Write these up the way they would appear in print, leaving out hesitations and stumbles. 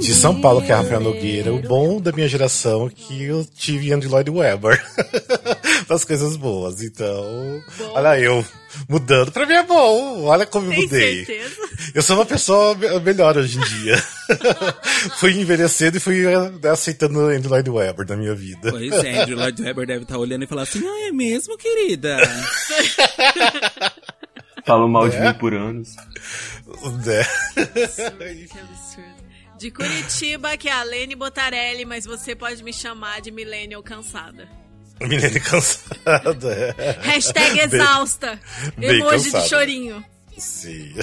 de São Paulo, que é Rafael Nogueira. O bom da minha geração é que eu tive Andrew Lloyd Webber. Das coisas boas. Então, bom. Olha eu mudando. Pra mim é bom. Olha como eu mudei. Certeza? Eu sou uma pessoa melhor hoje em dia. Fui envelhecendo e fui aceitando Andrew Lloyd Webber na minha vida. Pois é, Andrew Lloyd Webber deve estar olhando e falar assim: ah, é mesmo, querida? Falou mal de mim por anos. Que absurdo. De Curitiba, que é a Lene Botarelli, mas você pode me chamar de Millennial Cansada. Millennial Cansada. Hashtag exausta. Bem emoji cansada. de chorinho. Sim.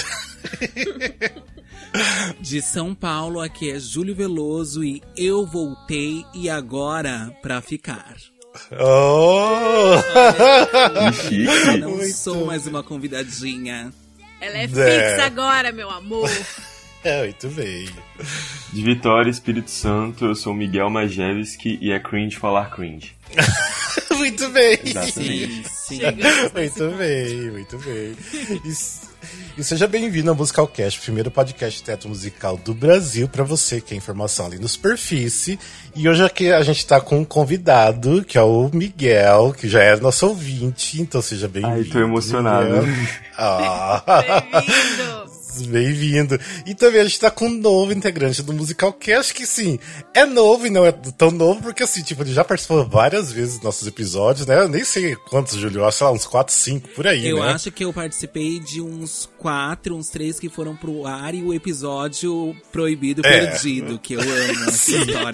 De São Paulo, aqui é Júlio Veloso e eu voltei e agora pra ficar. Oh! Eu não sou mais uma convidadinha. Ela é fixa agora, meu amor. É, muito bem. De Vitória, Espírito Santo, eu sou Miguel Majewski e é cringe falar cringe. Muito bem. Sim, sim. Muito bem, muito bem. E seja bem-vindo ao Musicalcast, o primeiro podcast de teatro musical do Brasil, pra você que é informação ali no Superfície. E hoje aqui a gente tá com um convidado, que é o Miguel, que já é nosso ouvinte, então seja bem-vindo. Ai, tô emocionado. Bem-vindo. Bem-vindo. E também a gente tá com um novo integrante do Musicalcast, que sim, é novo e não é tão novo, porque assim, tipo, ele já participou várias vezes dos nossos episódios, né? Eu nem sei quantos, Júlio, sei lá, uns 4, 5 por aí, eu né? acho que eu participei de uns 4, uns 3 que foram pro ar e o episódio Proibido Perdido, que eu amo essa história,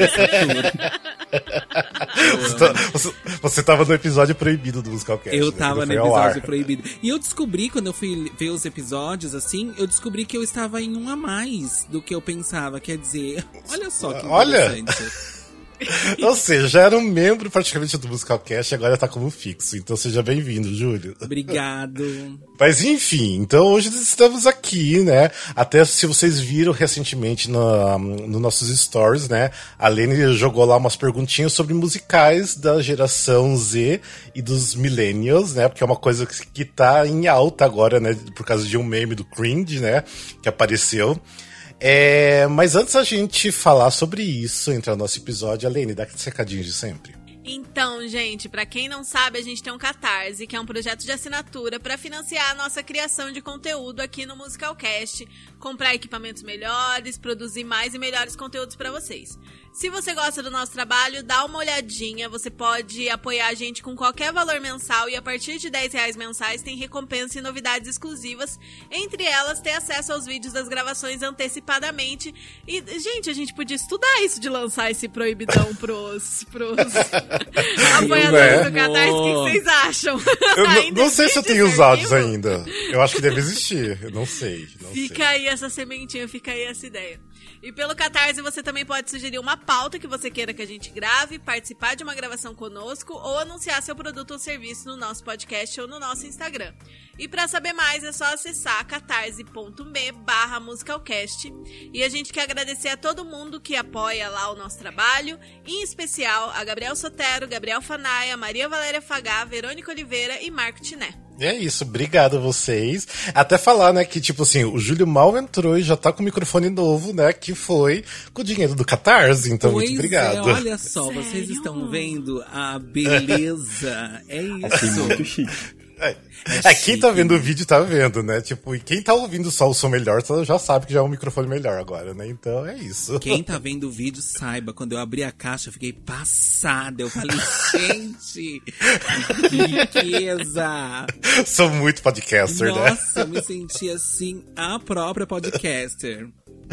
essa Você tava no episódio proibido do Musicalcast. Eu né? tava no episódio proibido. E eu descobri, quando eu fui ver os episódios, assim, eu descobri que eu estava em um a mais do que eu pensava. Quer dizer, olha só que interessante. Ou seja, já era um membro praticamente do Musicalcast e agora tá como fixo. Então seja bem-vindo, Júlio. Obrigado. Mas enfim, então hoje estamos aqui, né? Até se vocês viram recentemente no nossos stories, né? A Lene jogou lá umas perguntinhas sobre musicais da geração Z e dos millennials, né? Porque é uma coisa que tá em alta agora, né? Por causa de um meme do cringe, né? Que apareceu. Mas antes da gente falar sobre isso, entrar no nosso episódio, Alene, dá aqueles recadinhos de sempre. Então, gente, pra quem não sabe, a gente tem um Catarse, que é um projeto de assinatura pra financiar a nossa criação de conteúdo aqui no Musicalcast, comprar equipamentos melhores, produzir mais e melhores conteúdos pra vocês. Se você gosta do nosso trabalho, dá uma olhadinha, você pode apoiar a gente com qualquer valor mensal e a partir de R$10 mensais tem recompensa e novidades exclusivas, entre elas ter acesso aos vídeos das gravações antecipadamente. E, gente, a gente podia estudar isso de lançar esse proibidão pros apoiadores do Catarse. O que vocês acham? Eu não sei se eu tenho os áudios ainda. Eu acho que deve existir, eu não sei. Fica aí essa sementinha, fica aí essa ideia. E pelo Catarse você também pode sugerir uma pauta que você queira que a gente grave, participar de uma gravação conosco ou anunciar seu produto ou serviço no nosso podcast ou no nosso Instagram. E para saber mais é só acessar catarse.me/musicalcast. E a gente quer agradecer a todo mundo que apoia lá o nosso trabalho, em especial a Gabriel Sotero, Gabriel Fanaia, Maria Valéria Fagá, Verônica Oliveira e Marco Tiné. É isso, obrigado a vocês. Até falar, né, que tipo assim, o Júlio mal entrou e já tá com o microfone novo, né, que foi com o dinheiro do Catarse, então pois muito obrigado. Olha só, Sério? vocês estão vendo a beleza, é isso. Achei muito chique. Quem tá vendo o vídeo tá vendo, né? Tipo, e quem tá ouvindo só o som melhor já sabe que já é um microfone melhor agora, né? Então é isso. Quem tá vendo o vídeo saiba, quando eu abri a caixa eu fiquei passada. Eu falei, gente, que riqueza! Sou muito podcaster, né? Nossa, eu me senti assim, a própria podcaster.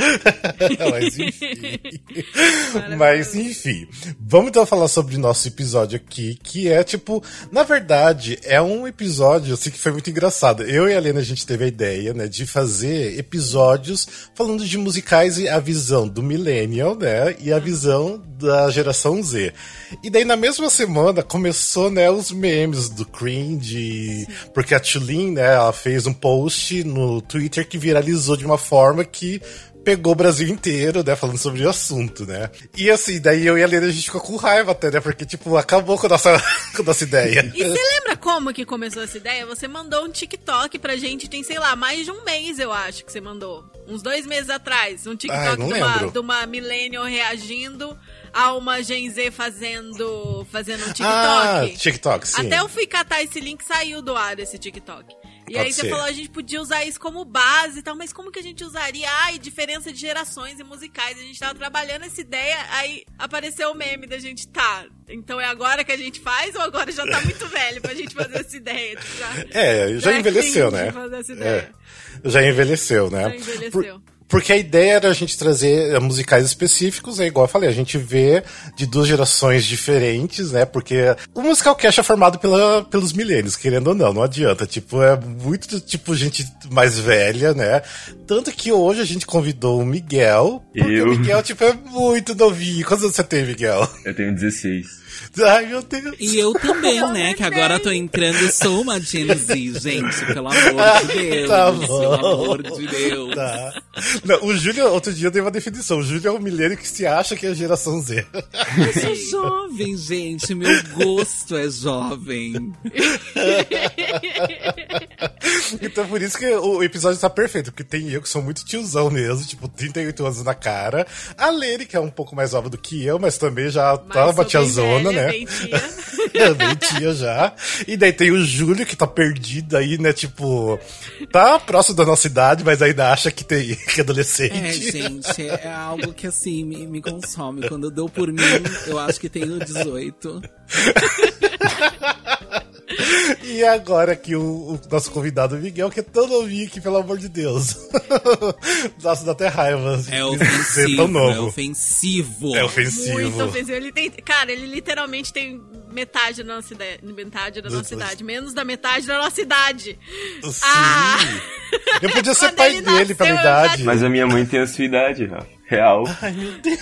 Mas enfim, vamos então falar sobre o nosso episódio aqui, que é tipo, na verdade, é um episódio assim que foi muito engraçado. Eu e a Helena, a gente teve a ideia, né, de fazer episódios falando de musicais e a visão do millennial, né, e a visão da geração Z. E daí na mesma semana começou, né, os memes do cringe, porque a Tulin, né, ela fez um post no Twitter que viralizou de uma forma que pegou o Brasil inteiro, né, falando sobre o assunto, né. E assim, daí eu e a Lena, a gente ficou com raiva até, né, porque, tipo, acabou com a nossa ideia. E você lembra como que começou essa ideia? Você mandou um TikTok pra gente, tem, sei lá, mais de um mês, eu acho, que você mandou. uns 2 meses atrás, um TikTok de uma millennial reagindo a uma Gen Z fazendo um TikTok. Ah, TikTok, sim. Até eu fui catar esse link, saiu do ar esse TikTok. E aí você falou, a gente podia usar isso como base e tal, mas como que a gente usaria? Ai, diferença de gerações e musicais. A gente tava trabalhando essa ideia, aí apareceu o meme da gente, então é agora que a gente faz ou agora já tá muito velho pra gente fazer essa ideia? Tipo, já envelheceu, né? Fazer essa ideia. Já envelheceu, né? Já envelheceu. Porque a ideia era a gente trazer musicais específicos, igual eu falei, a gente vê de 2 gerações diferentes, né? Porque o Musical Cast é formado pelos milênios, querendo ou não adianta. Tipo, é muito, gente mais velha, né? Tanto que hoje a gente convidou o Miguel, porque o Miguel, é muito novinho. Quantos anos você tem, Miguel? Eu tenho 16. Ai, meu Deus. E eu também, né? Que agora eu tô entrando, sou uma Gen Z, gente. Pelo amor de Deus. Tá bom. Pelo amor de Deus. Tá. Não, o Júlio, outro dia eu dei uma definição. O Júlio é um milênio que se acha que é a geração Z. Eu sou jovem, gente. Meu gosto é jovem. Então por isso que o episódio tá perfeito. Porque tem eu que sou muito tiozão mesmo. 38 anos na cara. A Lene, que é um pouco mais nova do que eu, mas também já tá uma tiazona, né? Bem tia. Bem tia já. E daí tem o Júlio, que tá perdido aí, né? Tá próximo da nossa idade, mas ainda acha que é adolescente. Gente, é algo que assim me consome. Quando eu dou por mim, eu acho que tenho 18. E agora aqui o nosso convidado Miguel, que é tão novinho que, pelo amor de Deus. Nossa, dá até raiva. É ofensivo, tão novo. É ofensivo. É ofensivo. Muito ofensivo. Ele literalmente tem metade da nossa idade. Menos da metade da nossa idade. Sim. Eu podia ser pai dele pela idade. Mas a minha mãe tem a sua idade, Rafa. Real. Ai, meu Deus.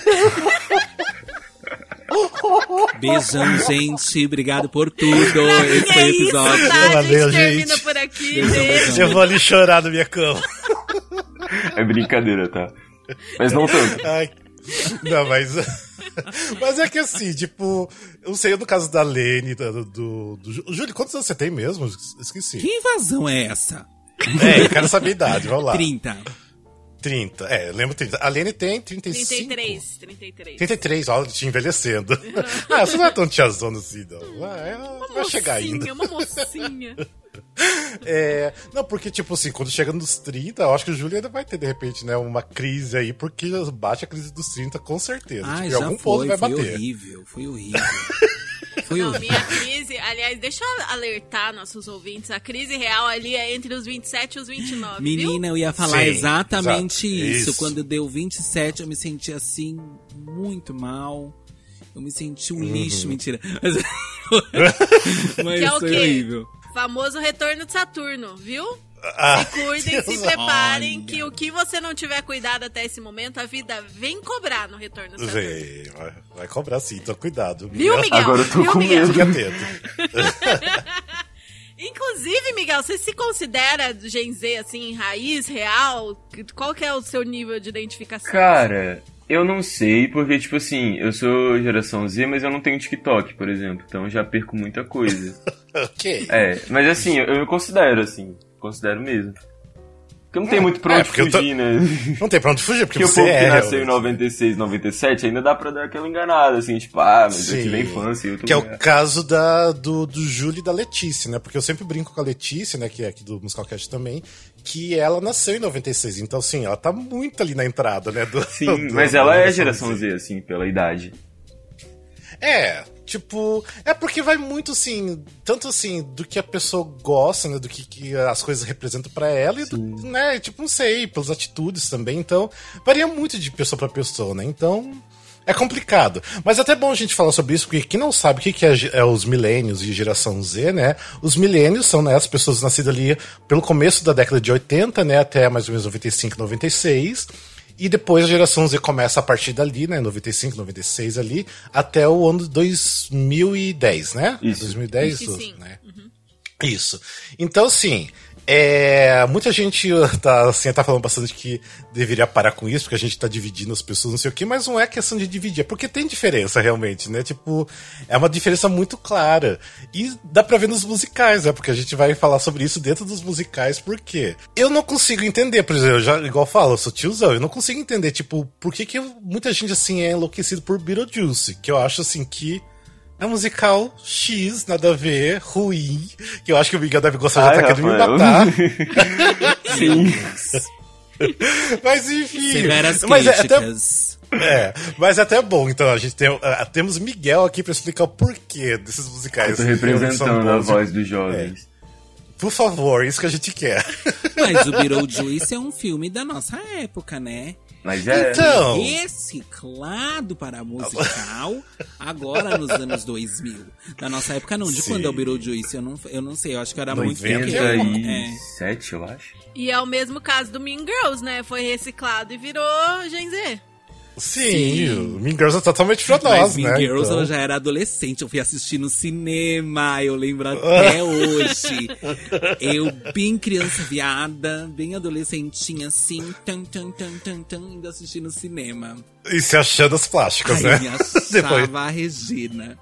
Beijão, gente. Obrigado por tudo. Esse foi o episódio. Isso, tá? Valeu, a gente termina gente. por aqui. Eu vou ali chorar na minha cama. É brincadeira, tá? Mas não tanto. Ai, não, mas é que assim, eu sei no caso da Lene, do Júlio, quantos anos você tem mesmo? Esqueci. Que invasão é essa? Eu quero saber a idade, vamos lá. 30, eu lembro 30. A Lene tem 35. 33, olha, te envelhecendo. Você não é tão tiazona assim, não. Vai chegar ainda. Uma mocinha. Não, porque, quando chega nos 30, eu acho que o Júlio ainda vai ter, de repente, né, uma crise aí, porque bate a crise dos 30, com certeza. Já algum ponto vai bater. Foi horrível. Minha crise, aliás, deixa eu alertar nossos ouvintes, a crise real ali é entre os 27 e os 29, Menina, viu? eu ia falar exatamente isso. isso. Quando deu 27, eu me senti assim, muito mal. Eu me senti um lixo, mentira. Mas que é o foi quê? horrível. Famoso retorno de Saturno, viu? Se cuidem, Deus. se preparem, que o que você não tiver cuidado até esse momento, a vida vem cobrar no retorno de Saturno. Vai cobrar sim, então cuidado. Viu, Miguel? Agora eu tô com medo. Fica atento. Inclusive, Miguel, você se considera Gen Z, assim, raiz, real? Qual que é o seu nível de identificação? Cara, eu não sei, porque, eu sou geração Z, mas eu não tenho TikTok, por exemplo. Então eu já perco muita coisa. Ok. Mas assim, eu me considero, considero mesmo. Porque não tem muito pra onde fugir, né? Não tem pra onde fugir, porque porque você o povo que nasceu realmente. em 96, 97, ainda dá pra dar aquela enganada, assim, mas Sim. eu tive a infância e outro Que é lugar. o caso do Júlio e da Letícia, né? Porque eu sempre brinco com a Letícia, né? Que é aqui do Musicalcast também, que ela nasceu em 96. Então, assim, ela tá muito ali na entrada, né? Sim, mas ela é geração Z, assim, pela idade. É porque vai muito, assim, tanto assim, do que a pessoa gosta, né, do que as coisas representam pra ela, e né, não sei, pelas atitudes também, então, varia muito de pessoa pra pessoa, né, então, é complicado. Mas é até bom a gente falar sobre isso, porque quem não sabe o que é os milênios e geração Z, né, os milênios são, né, as pessoas nascidas ali pelo começo da década de 80, né, até mais ou menos 95, 96, e depois a geração Z começa a partir dali, né? 95, 96 ali, até o ano 2010, né? Isso. 2010, Isso, sim. né? Uhum. Isso. Então, assim, Muita gente tá falando bastante que deveria parar com isso, porque a gente tá dividindo as pessoas, não sei o quê, mas não é questão de dividir, é porque tem diferença realmente, né? Tipo, é uma diferença muito clara. E dá pra ver nos musicais, né? Porque a gente vai falar sobre isso dentro dos musicais, por quê? Eu não consigo entender, por exemplo, igual eu falo, eu sou tiozão, eu não consigo entender, tipo, por que muita gente, assim, é enlouquecido por Beetlejuice, que eu acho, assim, que é um musical X, nada a ver, ruim, que eu acho que o Miguel deve gostar, já tá querendo me matar. Sim. Mas enfim. Severas críticas. Mas é até bom, então, a gente temos Miguel aqui pra explicar o porquê desses musicais. Eu tô representando a voz dos jovens. Por favor, isso que a gente quer. Mas o Beetlejuice é um filme da nossa época, né? Mas então, reciclado para musical agora nos anos 2000. Na nossa época não, de quando é o Beetlejuice, eu não sei, eu acho que era muito pequeno. 97, eu acho. E é o mesmo caso do Mean Girls, né? Foi reciclado e virou Gen Z. Sim, o Mean Girls é totalmente pra nós, né? Mean Girls, então. eu já era adolescente, eu fui assistir no cinema, eu lembro até hoje. Eu bem criança viada, bem adolescentinha assim, indo assistir no cinema. E se achando as plásticas, né? Me achava a Regina.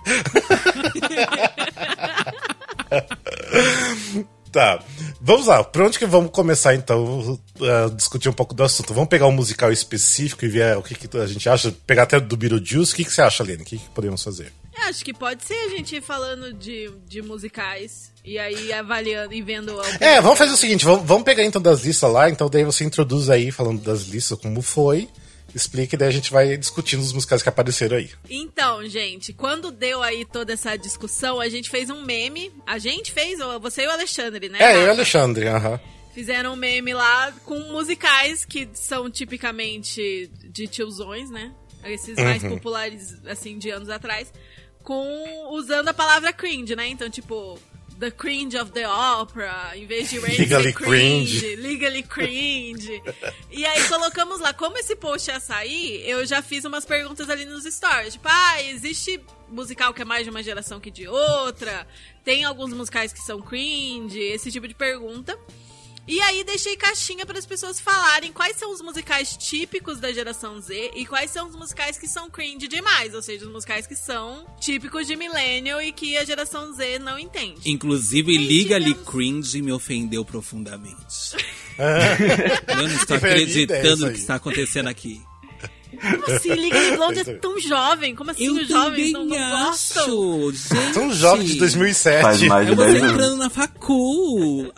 Tá, vamos lá. Por onde que vamos começar, então, a discutir um pouco do assunto? Vamos pegar um musical específico e ver o que a gente acha? Pegar até do Beetlejuice. O que você acha, Lene? O que podemos fazer? Acho que pode ser a gente ir falando de musicais e aí avaliando e vendo... Vamos fazer o seguinte, vamos pegar então das listas lá, então daí você introduz aí, falando das listas, como foi... Explica e daí a gente vai discutindo os musicais que apareceram aí. Então, gente, quando deu aí toda essa discussão, a gente fez um meme. A gente fez, você e o Alexandre, né? Eu e o Alexandre, aham. Fizeram um meme lá com musicais que são tipicamente de tiozões, né? Esses mais populares, assim, de anos atrás. Usando a palavra cringe, né? Então, tipo... The Cringe of the Opera, em vez de Legally Cringe. Legally Cringe. E aí colocamos lá, como esse post ia sair, eu já fiz umas perguntas ali nos stories. Tipo, existe musical que é mais de uma geração que de outra? Tem alguns musicais que são cringe? Esse tipo de pergunta. E aí deixei caixinha para as pessoas falarem quais são os musicais típicos da geração Z e quais são os musicais que são cringe demais, ou seja, os musicais que são típicos de millennial e que a geração Z não entende. Inclusive, Legally Cringe me ofendeu profundamente. Eu não estou acreditando no que está acontecendo aqui. Como assim? Legally Blonde é tão jovem? Como assim os jovens não gostam? Gente, tão jovem de 2007. Faz mais de 10 anos. Entrando na facul.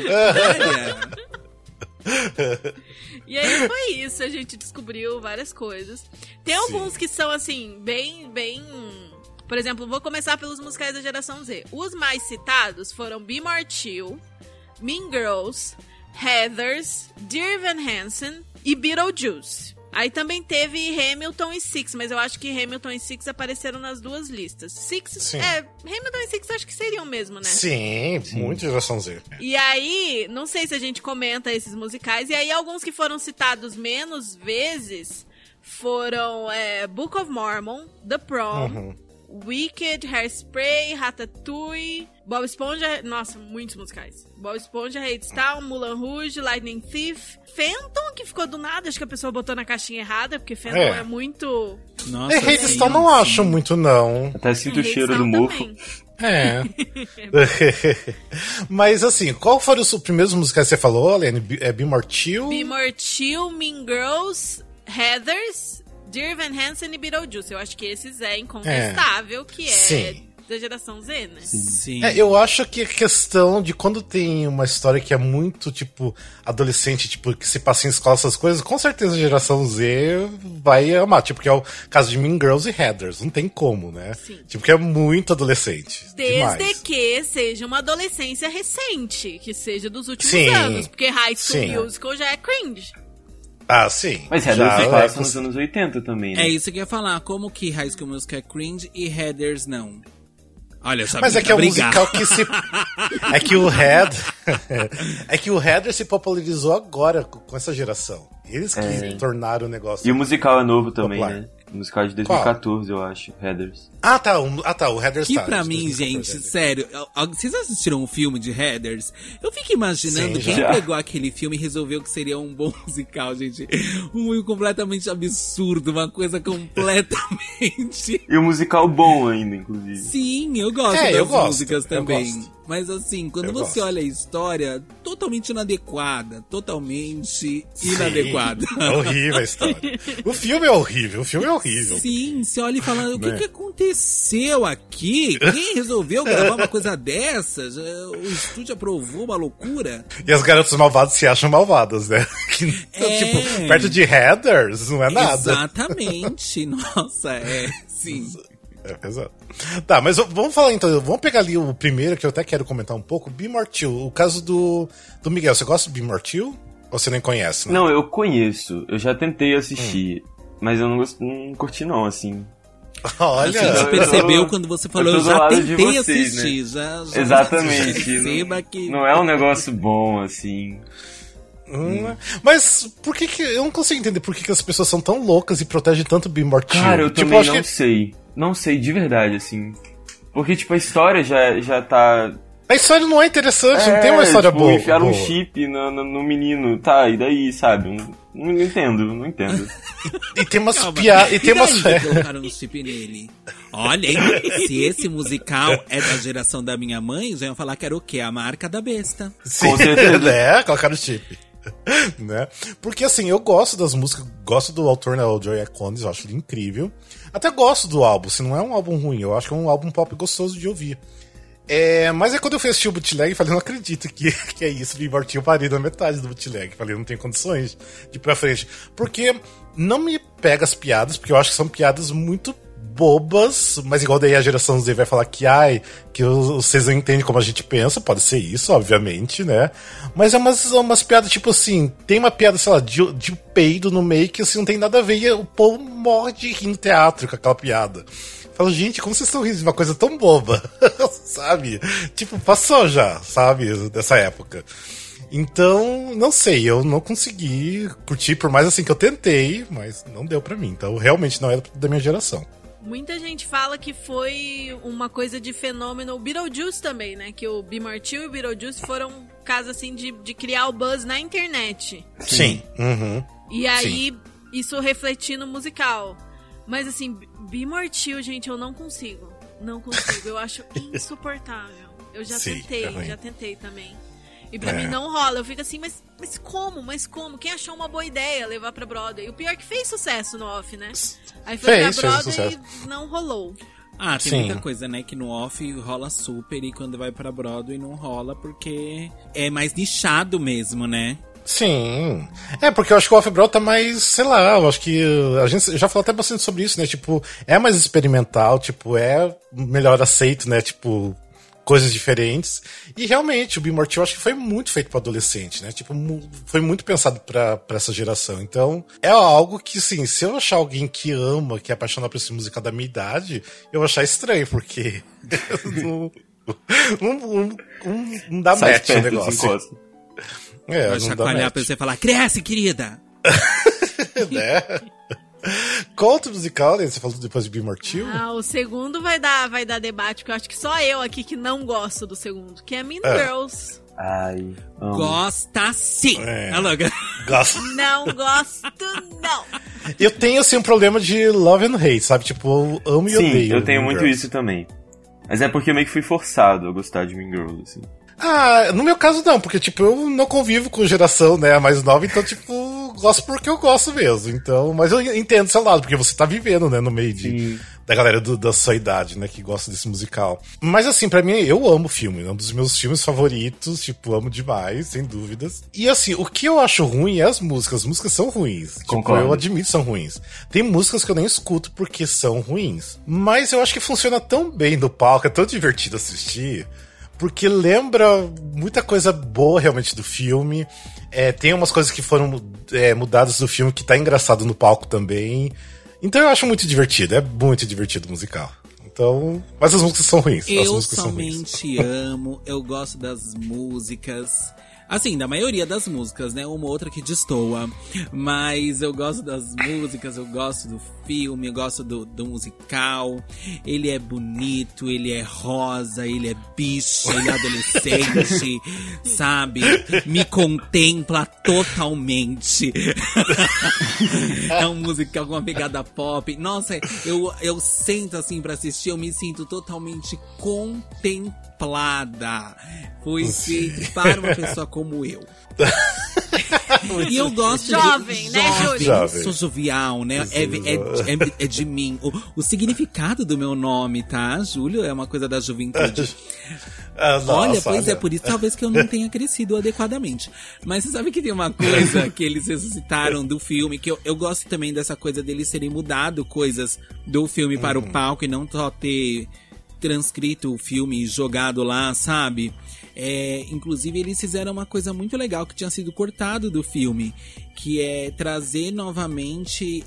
E aí foi isso, a gente descobriu várias coisas. Tem alguns que são assim, bem... Por exemplo, vou começar pelos musicais da geração Z. Os mais citados foram Be More Chill, Mean Girls, Heathers, Dear Evan Hansen e Beetlejuice. Aí também teve Hamilton e Six, mas eu acho que Hamilton e Six apareceram nas duas listas. Hamilton e Six acho que seriam mesmo, né? Sim, muito geração Z. E aí, não sei se a gente comenta esses musicais, e aí alguns que foram citados menos vezes foram Book of Mormon, The Prom, Wicked, Hairspray, Ratatouille, Bob Esponja... Nossa, muitos musicais. Bob Esponja, Hadestown, Moulin Rouge, Lightning Thief, Phantom, que ficou do nada. Acho que a pessoa botou na caixinha errada, porque Phantom é muito... Nossa, Hadestown não acho muito, não. Até sinto o cheiro do mofo. Mas assim, qual foram os primeiros musicais que você falou, Alene? Be More Chill? Be More Chill, Mean Girls, Heathers, Dear Evan Hansen e Beetlejuice. Eu acho que esses é incontestável, que da geração Z, né? Sim. Eu acho que a questão de quando tem uma história que é muito, tipo, adolescente, tipo, que se passa em escola, essas coisas, com certeza a geração Z vai amar. Tipo, que é o caso de Mean Girls e Heathers. Não tem como, né? Sim. Tipo, que é muito adolescente. Desde demais. que seja uma adolescência recente, que seja dos últimos Sim. anos. Porque High School Sim. Musical já é cringe. Ah, sim. Mas Heathers se passa nos anos 80 também, né? É isso que eu ia falar. Como que High School Musical é cringe e Heathers não? Olha, eu sabia. Mas é que é um musical que se... É que o Heather se popularizou agora com essa geração. Eles que tornaram o negócio. E o musical é novo também, popular. né? Musical de 2014, eu acho. Heathers. Ah, tá. O Heathers Que tá. pra mim, gente, sério, vocês assistiram um filme de Heathers? Eu fico imaginando quem pegou aquele filme e resolveu que seria um bom musical, gente. Um filme completamente absurdo, uma coisa completamente... E um musical bom ainda, inclusive. Sim, eu gosto das músicas também. Mas assim, quando você olha a história, totalmente inadequada. Totalmente inadequada. É horrível a história. O filme é horrível. Sim, você olha e fala, o que aconteceu aqui? Quem resolveu gravar uma coisa dessas? O estúdio aprovou uma loucura. E as garotas malvadas se acham malvadas, né? Tipo, perto de Heathers, não é nada. Exatamente. Nossa, sim. É pesado. Tá, mas vamos falar então. Vamos pegar ali o primeiro que eu até quero comentar um pouco. Be More Chill. O caso do Miguel. Você gosta de Be More Chill? Ou você nem conhece, né? Não, eu conheço. Eu já tentei assistir. Mas eu não curti não, assim. Olha, a gente percebeu quando você falou, eu já tentei assistir. Né? Já exatamente. Perceba que... Não é um negócio bom, assim. Mas por que eu não consigo entender por que as pessoas são tão loucas e protegem tanto Be More Chill? Cara, eu também não sei. Não sei, de verdade, assim. Porque, tipo, a história já tá... A história não é interessante, não tem uma história boa. Enfiaram um chip no menino, tá, e daí, sabe? Não entendo. E tem umas piadas... E tem umas... colocaram um chip nele. Olha, se esse musical é da geração da minha mãe, já iam falar que era o quê? A marca da besta. Sim, com certeza. Colocaram o chip. Né? Porque assim, eu gosto das músicas, gosto do autor, né, o Joey Akonis, eu acho ele incrível. Até gosto do álbum, se não é um álbum ruim, eu acho que é um álbum pop gostoso de ouvir. Mas é quando eu fui assistir o bootleg, eu falei, não acredito que é isso, me inverti, eu parei na metade do bootleg, falei, não tenho condições de ir pra frente. Porque não me pega as piadas, porque eu acho que são piadas muito bobas, mas igual daí a geração Z vai falar que vocês não entendem como a gente pensa, pode ser isso, obviamente, né? Mas é umas piadas, tipo assim, tem uma piada, sei lá, de peido no meio que assim, não tem nada a ver e o povo morre de rir no teatro com aquela piada. Falo, gente, como vocês estão rindo de uma coisa tão boba, sabe? Tipo, passou já, sabe, dessa época. Então, não sei, eu não consegui curtir, por mais assim que eu tentei, mas não deu pra mim. Então, realmente não é da minha geração. Muita gente fala que foi uma coisa de fenômeno. O Beetlejuice também, né? Que o Be More Chill e o Beetlejuice foram casos assim de criar o buzz na internet. Sim. Uhum. E aí, isso refletir no musical. Mas assim, Be More Chill, gente, eu não consigo. Não consigo. Eu acho insuportável. Eu já tentei também. E pra mim não rola. Eu fico assim, mas como? Mas como? Quem achou uma boa ideia levar pra Broadway? O pior é que fez sucesso no off, né? Aí foi pra Broadway e não rolou. Tem muita coisa, né, que no off rola super e quando vai pra Broadway não rola porque é mais nichado mesmo, né? Sim. Porque eu acho que o Off-Broadway tá mais, sei lá, eu acho que a gente já falou até bastante sobre isso, né? Tipo, é mais experimental, tipo, é melhor aceito, né? Tipo, coisas diferentes. E realmente, o Be More Chill eu acho que foi muito feito pra adolescente, né? Tipo, foi muito pensado pra essa geração. Então, é algo que, assim, se eu achar alguém que ama, que é apaixonado por esse musical da minha idade, eu vou achar estranho, porque não dá match o negócio. Vai chacoalhar pra você falar, cresce, querida! Né? Qual outro musical, né? Você falou depois de Be More Chill? O segundo vai dar debate, porque eu acho que só eu aqui que não gosto do segundo, que é Mean Girls. Ai, gosta sim! Gosto. Não gosto, não. Eu tenho, assim, um problema de love and hate, sabe? Tipo, eu amo e odeio. Sim, eu tenho muito isso também. Mas é porque eu meio que fui forçado a gostar de Mean Girls, assim. No meu caso não, porque, tipo, eu não convivo com geração, né, mais nova, então, tipo, gosto porque eu gosto mesmo, então, mas eu entendo seu lado, porque você tá vivendo, né, no meio da galera da sua idade, né, que gosta desse musical. Mas, assim, pra mim, eu amo o filme, é um dos meus filmes favoritos, tipo, amo demais, sem dúvidas. E, assim, o que eu acho ruim é as músicas são ruins. Concordo. Tipo, eu admito que são ruins. Tem músicas que eu nem escuto porque são ruins. Mas eu acho que funciona tão bem no palco, é tão divertido assistir, porque lembra muita coisa boa realmente do filme. Tem umas coisas que foram mudadas do filme que tá engraçado no palco também. Então eu acho muito divertido, é muito divertido o musical. Então, mas as músicas são ruins. Eu somente amo, eu gosto das músicas. Assim, da maioria das músicas, né? Uma outra que destoa. Mas eu gosto das músicas, eu gosto do filme, eu gosto do musical. Ele é bonito, ele é rosa, ele é bicha, ele é adolescente, sabe? Me contempla totalmente. É um musical com uma pegada pop. Nossa, eu sento assim pra assistir, eu me sinto totalmente contemplada. Foi feito para uma pessoa como eu. E eu gosto jovem, né, Júlio? Jovem. Sou jovial, né? É de mim. O significado do meu nome, tá? Júlio é uma coisa da juventude. Olha, pois é, por isso talvez que eu não tenha crescido adequadamente. Mas você sabe que tem uma coisa que eles ressuscitaram do filme, que eu gosto também dessa coisa deles terem mudado coisas do filme para o palco e não só ter transcrito o filme e jogado lá, sabe? Inclusive eles fizeram uma coisa muito legal que tinha sido cortado do filme, que é trazer novamente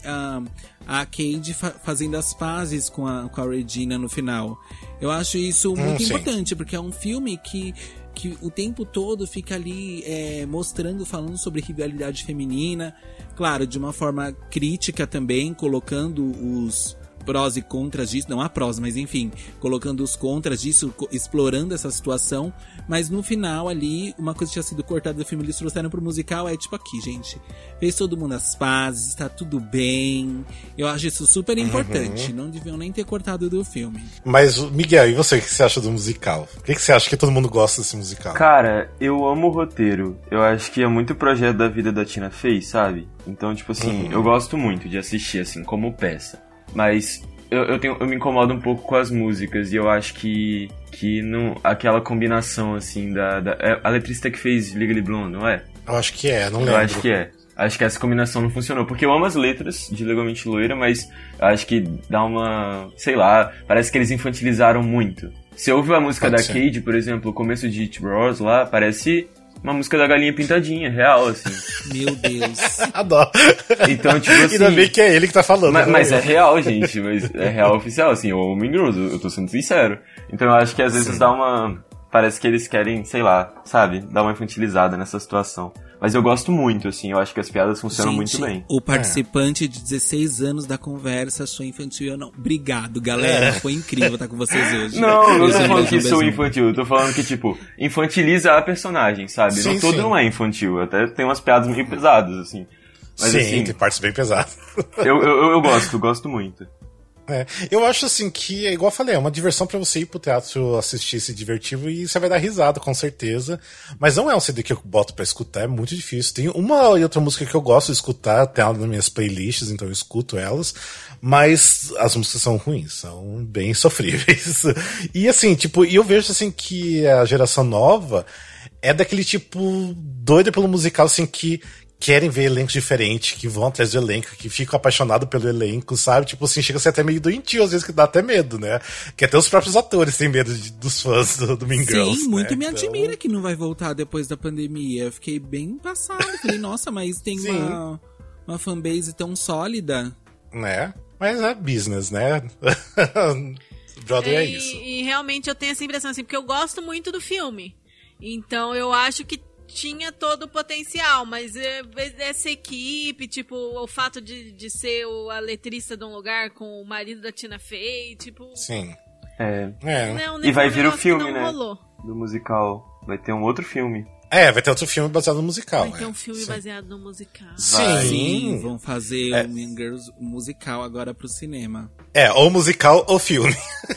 a Cade fazendo as pazes com a Regina no final. Eu acho isso muito importante, porque é um filme que o tempo todo fica ali mostrando, falando sobre rivalidade feminina, claro, de uma forma crítica também, colocando os prós e contras disso, não há prós, mas enfim, colocando os contras disso, explorando essa situação, mas no final ali, uma coisa que tinha sido cortada do filme, eles trouxeram pro musical, é tipo aqui, gente, fez todo mundo as pazes, está tudo bem, eu acho isso super importante, não deviam nem ter cortado do filme. Mas, Miguel, e você, o que você acha do musical? Por que você acha que todo mundo gosta desse musical? Cara, eu amo o roteiro, eu acho que é muito projeto da vida da Tina Fey, sabe? Então, tipo assim, eu gosto muito de assistir, assim, como peça. Mas eu me incomodo um pouco com as músicas e eu acho que não, aquela combinação, assim, a letrista que fez Legally Blonde, não é? Eu acho que não lembro. Eu acho que é. Acho que essa combinação não funcionou, porque eu amo as letras de Legalmente Loira, mas acho que dá uma, sei lá, parece que eles infantilizaram muito. Você ouve a música da Cade, por exemplo, o começo de It Roars lá, parece uma música da Galinha Pintadinha, real, assim. Meu Deus. Adoro. Então, tipo assim... Ainda bem que é ele que tá falando. Mas é real, gente. Mas é real oficial, assim. Eu amo Mean Girls, eu tô sendo sincero. Então eu acho que às vezes dá uma... Parece que eles querem, sei lá, sabe? Dar uma infantilizada nessa situação. Mas eu gosto muito, assim. Eu acho que as piadas funcionam muito bem. O participante de 16 anos da conversa achou infantil. Eu não. Obrigado, galera. Foi incrível estar com vocês hoje. Não tô falando que sou infantil. Eu tô falando que, tipo, infantiliza a personagem, sabe? Sim, não, todo não é infantil. Até tem umas piadas meio pesadas, assim. Mas, sim, assim, tem partes bem pesadas. Eu gosto muito. Eu acho assim que, igual eu falei, é uma diversão pra você ir pro teatro assistir, se divertir e você vai dar risada, com certeza. Mas não é um CD que eu boto pra escutar, é muito difícil. Tem uma e outra música que eu gosto de escutar, tem ela nas minhas playlists, então eu escuto elas. Mas as músicas são ruins, são bem sofríveis. E assim, tipo, eu vejo assim que a geração nova é daquele tipo doida pelo musical, assim, que querem ver elencos diferentes, que vão atrás do elenco, que ficam apaixonados pelo elenco, sabe? Tipo assim, chega a ser até meio doentio, às vezes, que dá até medo, né? Que até os próprios atores têm medo dos fãs do Mean Girls. Sim, muito né? me admira que não vai voltar depois da pandemia. Eu fiquei bem passado. Falei, nossa, mas tem uma fanbase tão sólida. Né? Mas é business, né? Brother é isso. E realmente eu tenho essa impressão, assim, porque eu gosto muito do filme. Então eu acho que tinha todo o potencial, mas essa equipe, tipo, o fato de ser a letrista de um lugar com o marido da Tina Fey, tipo... Sim. E vai vir o filme, né? Rolou. Do musical. Vai ter um outro filme. Vai ter outro filme baseado no musical. Vai ter um filme baseado no musical. Sim, vão fazer o Mean Girls musical agora pro cinema. Ou musical ou filme.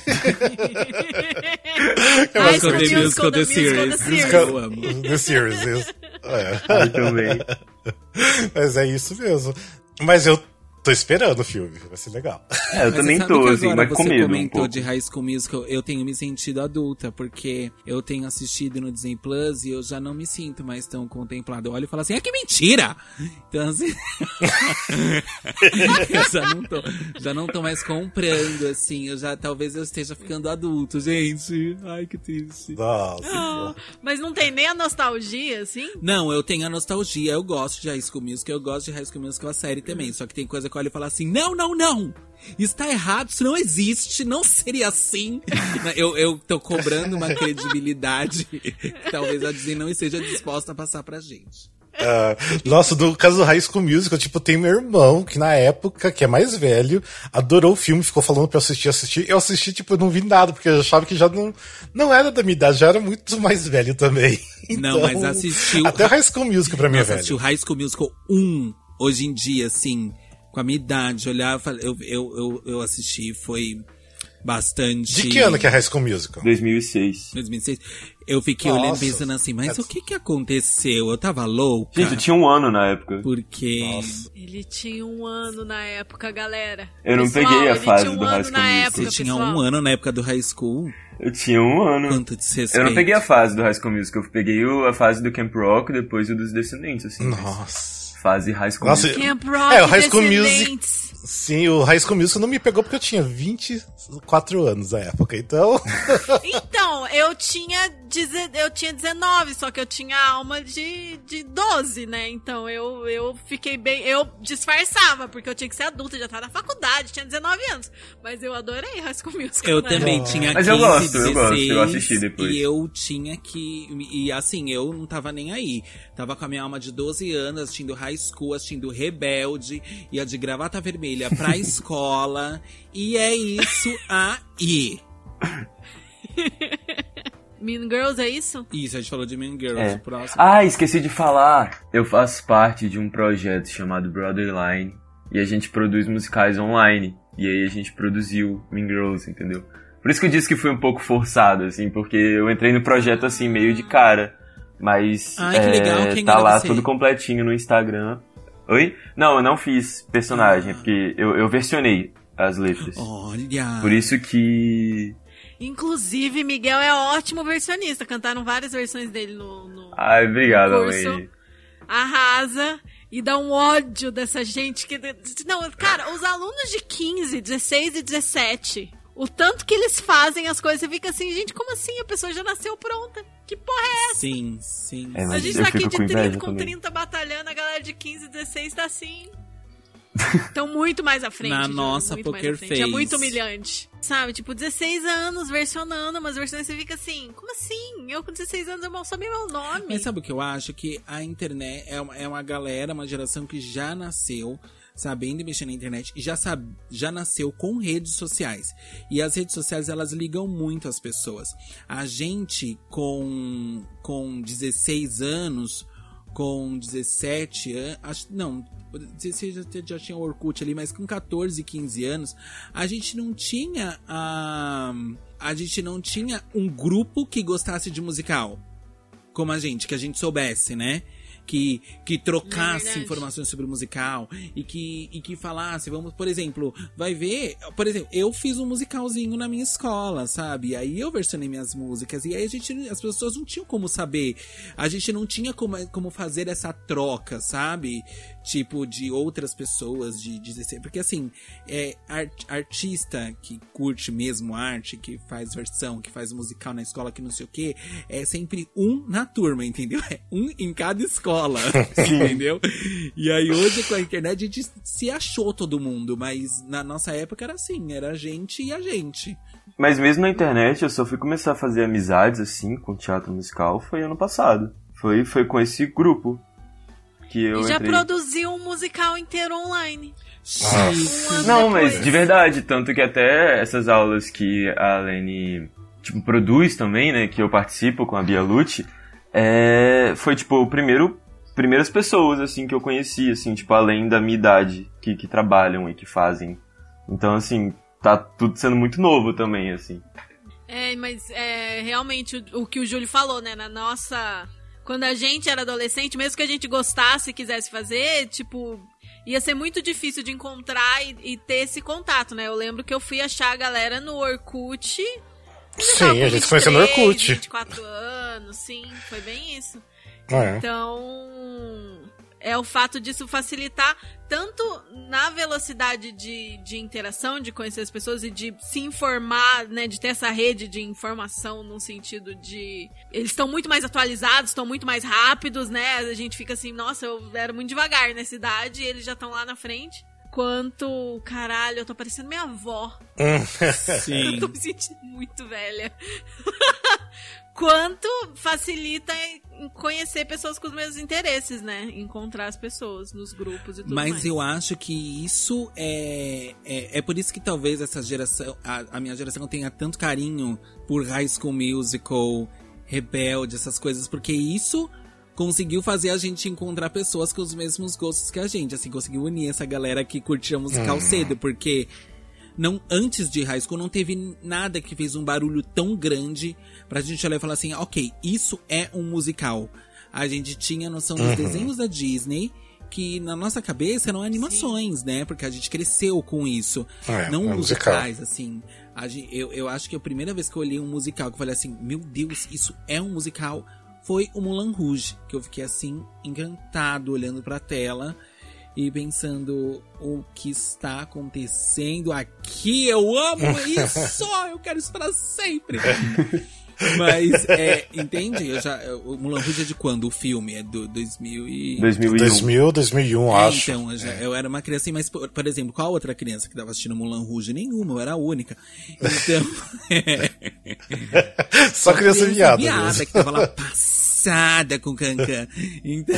High School Musical, The Series. Eu amo. The Series, isso. Também. Mas é isso mesmo. Mas eu tô esperando o filme, vai ser legal. Eu também tô, assim, mas com medo. Você comentou de High School Musical, eu tenho me sentido adulta, porque eu tenho assistido no Disney Plus e eu já não me sinto mais tão contemplado. Eu olho e falo assim, que mentira! Então, assim... eu já não tô mais comprando, assim, talvez eu esteja ficando adulto, gente. Ai, que triste. Nossa. Mas não tem nem a nostalgia, assim? Não, eu tenho a nostalgia, eu gosto de High School Musical, eu gosto de High School Musical a série também, só que tem coisa moleque olha e fala assim, não! Está errado, isso não existe, não seria assim. Eu tô cobrando uma credibilidade que talvez a Disney não esteja disposta a passar pra gente. Nossa, no caso do High School Musical, tipo, tem meu irmão, que na época, que é mais velho, adorou o filme, ficou falando pra eu assistir. Eu assisti, tipo, eu não vi nada, porque eu achava que já não era da minha idade, já era muito mais velho também. Então, não, mas assistiu... Até o High School Musical pra mim é velho. Assistiu High School Musical 1, hoje em dia, assim, com a minha idade, olhava, eu assisti, foi bastante... De que ano que é High School Musical? 2006. 2006. Eu fiquei olhando pensando assim, mas o que aconteceu? Eu tava louca? Gente, eu tinha 1 ano na época. Porque... Nossa. Ele tinha 1 ano na época, galera. Eu não peguei a fase do High School Musical. Você tinha 1 ano na época do High School? Eu tinha 1 ano. Quanto de respeito. Eu não peguei a fase do High School Musical, eu peguei a fase do Camp Rock, depois o dos Descendentes, assim. Nossa. Fase High School Musical. Camp Rock, o High School Descendentes. Music. Sim, o High School Musical não me pegou porque eu tinha 24 anos na época, então... Então, eu tinha 19, só que eu tinha alma de 12, né? Então eu fiquei bem... Eu disfarçava, porque eu tinha que ser adulta, já tava na faculdade, tinha 19 anos. Mas eu adorei High School Musical. Eu também tinha 15, mas eu gosto, 16, eu assisti depois. E eu tinha que... E assim, eu não tava nem aí. Tava com a minha alma de 12 anos, assistindo High School, assistindo Rebelde, ia de gravata vermelha pra escola, e é isso aí. Mean Girls, é isso? Isso, a gente falou de Mean Girls. O próximo. Ah, esqueci de falar. Eu faço parte de um projeto chamado Borderline, e a gente produz musicais online. E aí a gente produziu Mean Girls, entendeu? Por isso que eu disse que foi um pouco forçado, assim, porque eu entrei no projeto assim, meio de cara. Mas que legal. Quem tá era lá você? tudo completinho no Instagram. Oi? Não, eu não fiz personagem, porque eu versionei as letras. Olha! Por isso que... Inclusive, Miguel é ótimo versionista. Cantaram várias versões dele no Ai, obrigado, curso. Wayne. Arrasa. E dá um ódio dessa gente que... Não, cara, os alunos de 15, 16 e 17... O tanto que eles fazem as coisas, você fica assim, gente, como assim? A pessoa já nasceu pronta. Que porra é essa? Sim. A gente tá aqui de 30, com 30 batalhando, a galera de 15, 16 tá assim. Estão muito mais à frente. Na já, nossa muito Poker mais à frente. Face. É muito humilhante. Sabe, tipo, 16 anos versionando umas versões, você fica assim, como assim? Eu com 16 anos eu mal sabia meu nome. Mas sabe o que eu acho? Que a internet é uma galera, uma geração que já nasceu sabendo mexer na internet e já nasceu com redes sociais. E as redes sociais, elas ligam muito as pessoas. A gente com 16 anos, com 17 anos, não, 16 já tinha o Orkut ali, mas com 14, 15 anos, a gente não tinha um grupo que gostasse de musical como a gente, que a gente soubesse, né? Que trocasse informações sobre o musical e que falasse, vamos, por exemplo, eu fiz um musicalzinho na minha escola, sabe? E aí eu versionei minhas músicas e aí as pessoas não tinham como saber, a gente não tinha como fazer essa troca, sabe? Tipo, de outras pessoas, de 16, porque assim, artista que curte mesmo arte, que faz versão, que faz musical na escola, que não sei o que, é sempre um na turma, entendeu? É um em cada escola, entendeu? E aí hoje com a internet a gente se achou todo mundo, mas na nossa época era assim, era a gente e a gente. Mas mesmo na internet eu só fui começar a fazer amizades assim com teatro musical foi ano passado. Foi com esse grupo que eu já entrei. produziu um musical inteiro online. Não, mas de verdade, tanto que até essas aulas que a Lene produz também, né, que eu participo com a Bia Lute, foi tipo o primeiras pessoas assim que eu conheci, assim, tipo, além da minha idade, que trabalham e que fazem. Então, assim, tá tudo sendo muito novo também, assim. Mas realmente o que o Júlio falou, né, na nossa... Quando a gente era adolescente, mesmo que a gente gostasse e quisesse fazer, tipo, ia ser muito difícil de encontrar e ter esse contato, né? Eu lembro que eu fui achar a galera no Orkut. Sim, a gente se conheceu no Orkut. 24 anos, sim, foi bem isso. É. Então, é o fato disso facilitar tanto na velocidade de interação, de conhecer as pessoas e de se informar, né, de ter essa rede de informação no sentido de... Eles estão muito mais atualizados, estão muito mais rápidos, né? A gente fica assim, nossa, eu era muito devagar nessa idade e eles já estão lá na frente. quanto... Caralho, eu tô parecendo minha avó. Sim. Eu tô me sentindo muito velha. Quanto facilita conhecer pessoas com os mesmos interesses, né? Encontrar as pessoas nos grupos e tudo mais. Mas eu acho que isso é por isso que talvez essa geração, a minha geração tenha tanto carinho por High School Musical, Rebelde, essas coisas, porque isso conseguiu fazer a gente encontrar pessoas com os mesmos gostos que a gente, assim, conseguiu unir essa galera que curtia musical cedo, porque antes de High School não teve nada que fez um barulho tão grande pra gente olhar e falar assim, ok, isso é um musical. A gente tinha noção dos desenhos da Disney, que na nossa cabeça eram animações, né? Porque a gente cresceu com isso. Não musicais, assim. Eu acho que a primeira vez que eu olhei um musical, que eu falei assim, meu Deus, isso é um musical, foi o Moulin Rouge. Que eu fiquei assim, encantado, olhando pra tela e pensando o que está acontecendo aqui. Eu amo isso! Eu quero isso pra sempre! Mas, entende? O Moulin Rouge é de quando o filme? É do 2001, acho. Então, eu era uma criança, mas, por exemplo, qual outra criança que tava assistindo Moulin Rouge? Nenhuma, eu era a única. Então... Só criança viada que tava lá passada com Cancan. Então...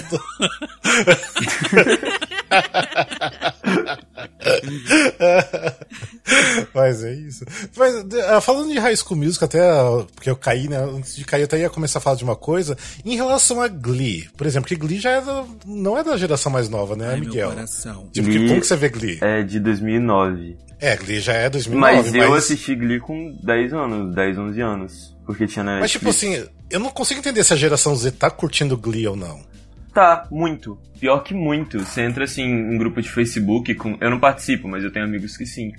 Mas é isso. Mas, falando de High School Musical, até porque eu caí, né? Antes de cair, eu até ia começar a falar de uma coisa. Em relação a Glee, por exemplo, que Glee já não é da geração mais nova, né, Miguel? Meu coração. Tipo, como que você vê Glee? É de 2009. Glee já é 2009. Mas eu assisti Glee com 10 anos, 10, 11 anos. Porque tinha na Mas tipo assim, eu não consigo entender se a geração Z tá curtindo Glee ou não. Tá, muito. Pior que muito. Você entra assim em grupo de Facebook, eu não participo, mas eu tenho amigos que sim.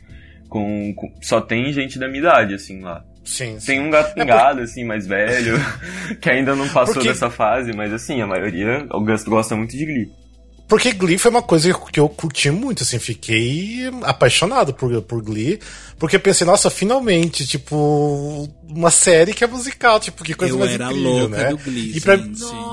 Só tem gente da minha idade, assim, lá. Sim. Tem um gato pingado, assim, mais velho, que ainda não passou dessa fase, mas assim, a maioria gosta muito de Glee. Porque Glee foi uma coisa que eu curti muito, assim, fiquei apaixonado por Glee, porque eu pensei, nossa, finalmente, tipo, uma série que é musical, tipo, que coisa mais incrível, louca, né? Do Glee, e pra...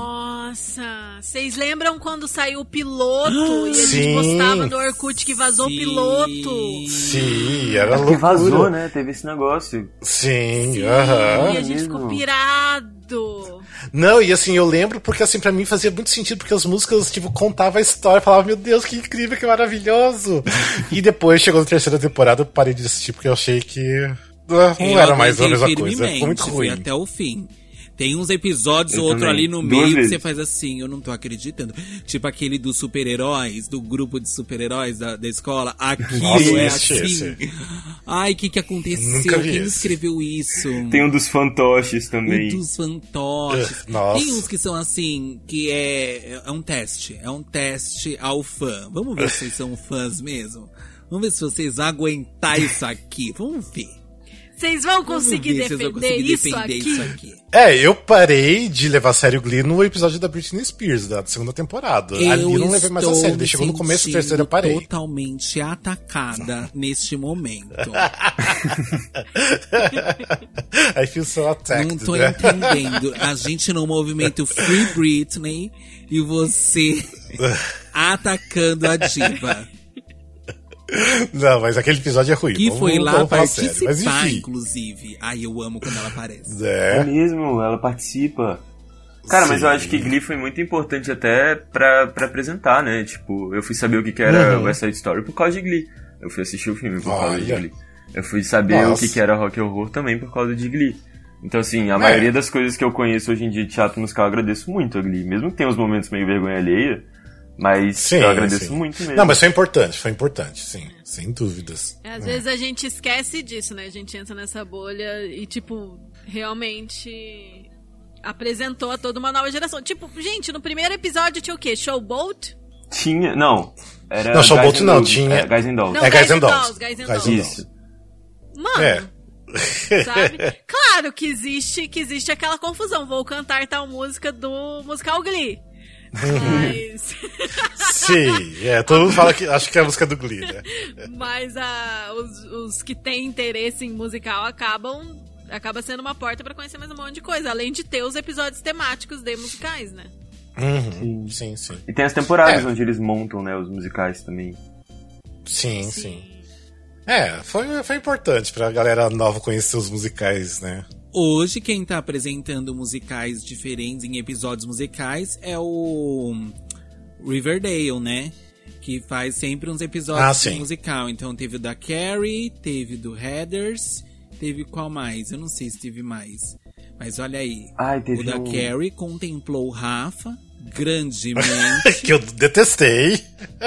Nossa, vocês lembram quando saiu o piloto e a gente postava no Orkut que vazou o piloto? Sim, era loucura. Que vazou, né? Teve esse negócio. Sim, E a gente ficou pirado. Não, e assim, eu lembro porque assim, pra mim fazia muito sentido, porque as músicas, tipo, contavam a história, falava, meu Deus, que incrível, que maravilhoso. E depois, chegou na terceira temporada, eu parei de assistir, porque eu achei que não era mais a mesma coisa, ficou muito ruim. Até o fim. Tem uns episódios ou outro ali no meio que você faz assim, eu não tô acreditando. Tipo aquele dos super-heróis, do grupo de super-heróis da escola. Aquilo é assim. Esse. Ai, o que aconteceu? Quem escreveu isso? Tem um dos fantoches também. Um dos fantoches. Tem uns que são assim, que é um teste. É um teste ao fã. Vamos ver se vocês são fãs mesmo. Vamos ver se vocês aguentar isso aqui. Vamos ver. Vocês vão conseguir defender isso aqui? Eu parei de levar a sério Glee no episódio da Britney Spears, da segunda temporada. Ali eu não levei mais a sério. Chegou no começo da terceira, eu parei. Totalmente atacada neste momento. I feel so attacked. Não tô entendendo. A gente no movimento Free Britney e você atacando a diva. Não, mas aquele episódio é ruim. Que foi lá participar, mas, enfim. inclusive. Ai, eu amo quando ela aparece. É mesmo, ela participa. Cara, mas eu acho que Glee foi muito importante até pra apresentar, né? Tipo, eu fui saber o que era West Side Story por causa de Glee. Eu fui assistir o filme por causa de Glee. Eu fui saber o que era Rock and Horror também por causa de Glee. Então, assim, a maioria das coisas que eu conheço hoje em dia de teatro musical, eu agradeço muito a Glee. Mesmo que tenha uns momentos meio vergonha alheia, mas eu agradeço muito mesmo. Não, mas foi importante, sim, sem dúvidas. Às vezes a gente esquece disso, né? A gente entra nessa bolha e, tipo, realmente apresentou a toda uma nova geração. Tipo, gente, no primeiro episódio tinha o quê? Showboat? Tinha, não. Era não, Showboat não, tinha... Guys and Dolls. Não, Guys and Dolls. Isso. Mano... Sabe? Claro que existe aquela confusão. Vou cantar tal música do musical Glee. Mas... Sim, todo mundo fala que acho que é a música do Glee, né? Mas os que têm interesse em musical acaba sendo uma porta pra conhecer mais um monte de coisa, além de ter os episódios temáticos de musicais, né? Sim. E tem as temporadas onde eles montam, né, os musicais também. Sim. Foi importante pra galera nova conhecer os musicais, né? Hoje, quem tá apresentando musicais diferentes em episódios musicais é o Riverdale, né? Que faz sempre uns episódios de musical. Então teve o da Carrie, teve do Heathers, teve qual mais? Eu não sei se teve mais. Mas olha aí, o da Carrie contemplou o Rafa grandemente. Que eu detestei.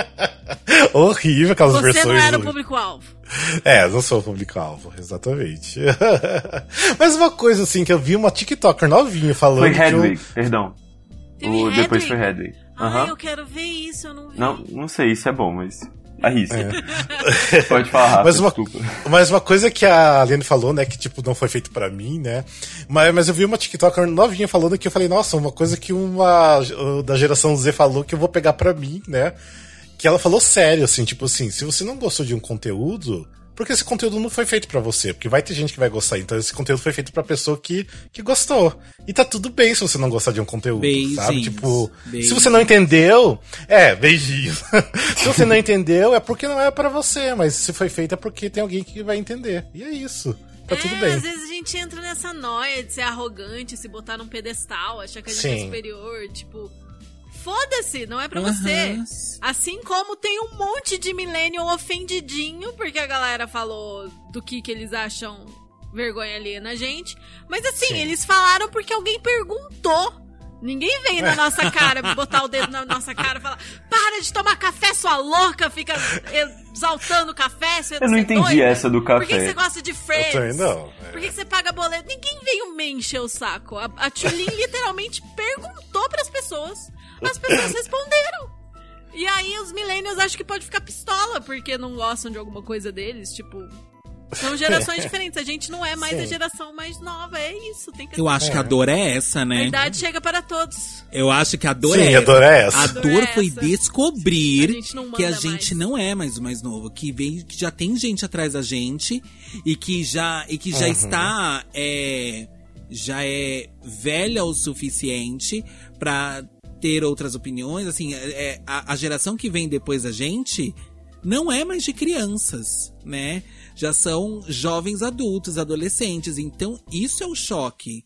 Horrível aquelas versões. Você não era o público-alvo. Não sou o público-alvo, exatamente. Mas uma coisa assim, que eu vi uma TikToker novinha falando. Foi Hedwig, perdão. Depois Hedwig? foi Hedwig. Eu quero ver isso, eu não vi. Não sei, isso é bom, mas arrisca. Pode falar rápido, desculpa. Mas uma coisa que a Aline falou, né, que tipo, não foi feito pra mim, né, mas eu vi uma TikToker novinha falando que eu falei, nossa, uma coisa que uma da geração Z falou que eu vou pegar pra mim, né, que ela falou sério, assim, tipo assim, se você não gostou de um conteúdo, porque esse conteúdo não foi feito pra você, porque vai ter gente que vai gostar, então esse conteúdo foi feito pra pessoa que gostou. E tá tudo bem se você não gostar de um conteúdo, sabe? Tipo, se você não entendeu, beijinhos. Se você não entendeu, é porque não é pra você, mas se foi feito é porque tem alguém que vai entender. E é isso. Tá tudo bem. Às vezes a gente entra nessa noia de ser arrogante, se botar num pedestal, achar que a gente é superior, tipo... Foda-se, não é pra você. Assim como tem um monte de millennial ofendidinho, porque a galera falou do que eles acham vergonha ali na gente. Mas assim, eles falaram porque alguém perguntou. Ninguém veio na nossa cara, botar o dedo na nossa cara e falar: para de tomar café, sua louca, fica exaltando o café. Eu não entendi doida. Essa do café. Por que você gosta de Friends? Eu também não. Por que você paga boleto? Ninguém veio me encher o saco. A Tulin literalmente perguntou pras pessoas. As pessoas responderam. E aí os millennials acham que pode ficar pistola porque não gostam de alguma coisa deles. Tipo, são gerações diferentes. A gente não é mais a geração mais nova. É isso, tem que... Eu acho que a dor é essa, né? A idade chega para todos. Eu acho que a dor a dor é essa. A dor foi descobrir que a gente não é mais o mais novo. Que já tem gente atrás da gente e que já está... já é velha o suficiente pra ter outras opiniões. Assim, a geração que vem depois da gente não é mais de crianças, né? Já são jovens adultos, adolescentes. Então, isso é o choque.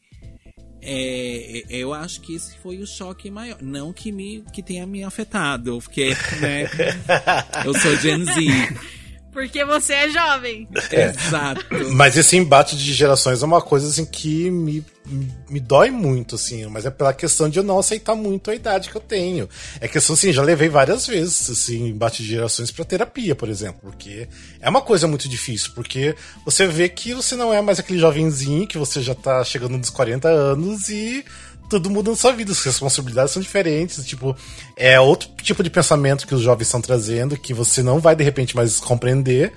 Eu acho que esse foi o choque maior. Não que tenha me afetado, porque, né, eu sou Gen Z. Porque você é jovem. Exato. Mas esse embate de gerações é uma coisa assim que me dói muito, assim. Mas é pela questão de eu não aceitar muito a idade que eu tenho. É questão, assim, já levei várias vezes, assim, embate de gerações pra terapia, por exemplo. Porque é uma coisa muito difícil. Porque você vê que você não é mais aquele jovenzinho, que você já tá chegando nos 40 anos e... tudo muda na sua vida, as responsabilidades são diferentes, tipo, é outro tipo de pensamento que os jovens estão trazendo, que você não vai, de repente, mais compreender,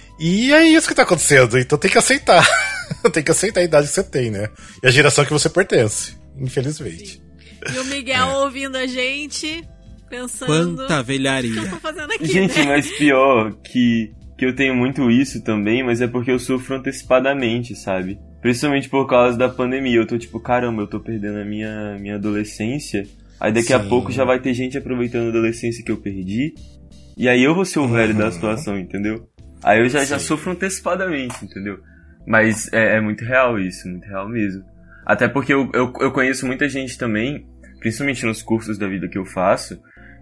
e é isso que tá acontecendo, então tem que aceitar, tem que aceitar a idade que você tem, né, e a geração que você pertence, infelizmente. Sim. E o Miguel ouvindo a gente, pensando... Quanta velharia. O que eu tô fazendo aqui, gente, né? mas pior que eu tenho muito isso também, mas é porque eu sofro antecipadamente, sabe? Principalmente por causa da pandemia. Eu tô tipo, caramba, eu tô perdendo a minha adolescência. Aí daqui a pouco já vai ter gente aproveitando a adolescência que eu perdi. E aí eu vou ser o velho da situação, entendeu? Aí eu já sofro antecipadamente, entendeu? Mas é muito real isso, muito real mesmo. Até porque eu conheço muita gente também, principalmente nos cursos da vida que eu faço,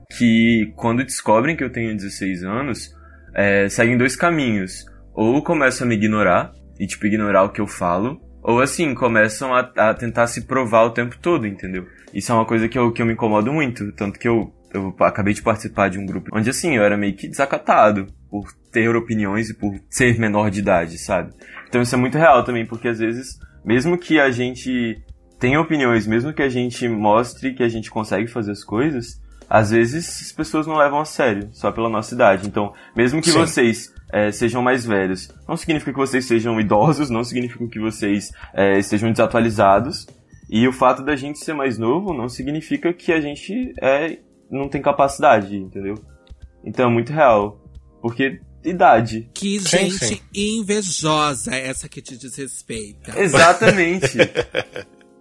que quando descobrem que eu tenho 16 anos, seguem dois caminhos. Ou começam a me ignorar, e tipo, ignorar o que eu falo, ou assim, começam a tentar se provar o tempo todo, entendeu? Isso é uma coisa que eu me incomodo muito, tanto que eu acabei de participar de um grupo onde assim, eu era meio que desacatado por ter opiniões e por ser menor de idade, sabe? Então isso é muito real também, porque às vezes, mesmo que a gente tenha opiniões, mesmo que a gente mostre que a gente consegue fazer as coisas, às vezes as pessoas não levam a sério, só pela nossa idade. Então, mesmo que vocês sejam mais velhos, não significa que vocês sejam idosos, não significa que vocês estejam desatualizados. E o fato da gente ser mais novo não significa que a gente não tem capacidade, entendeu? Então é muito real. Porque idade. Que gente invejosa essa que te desrespeita. Exatamente.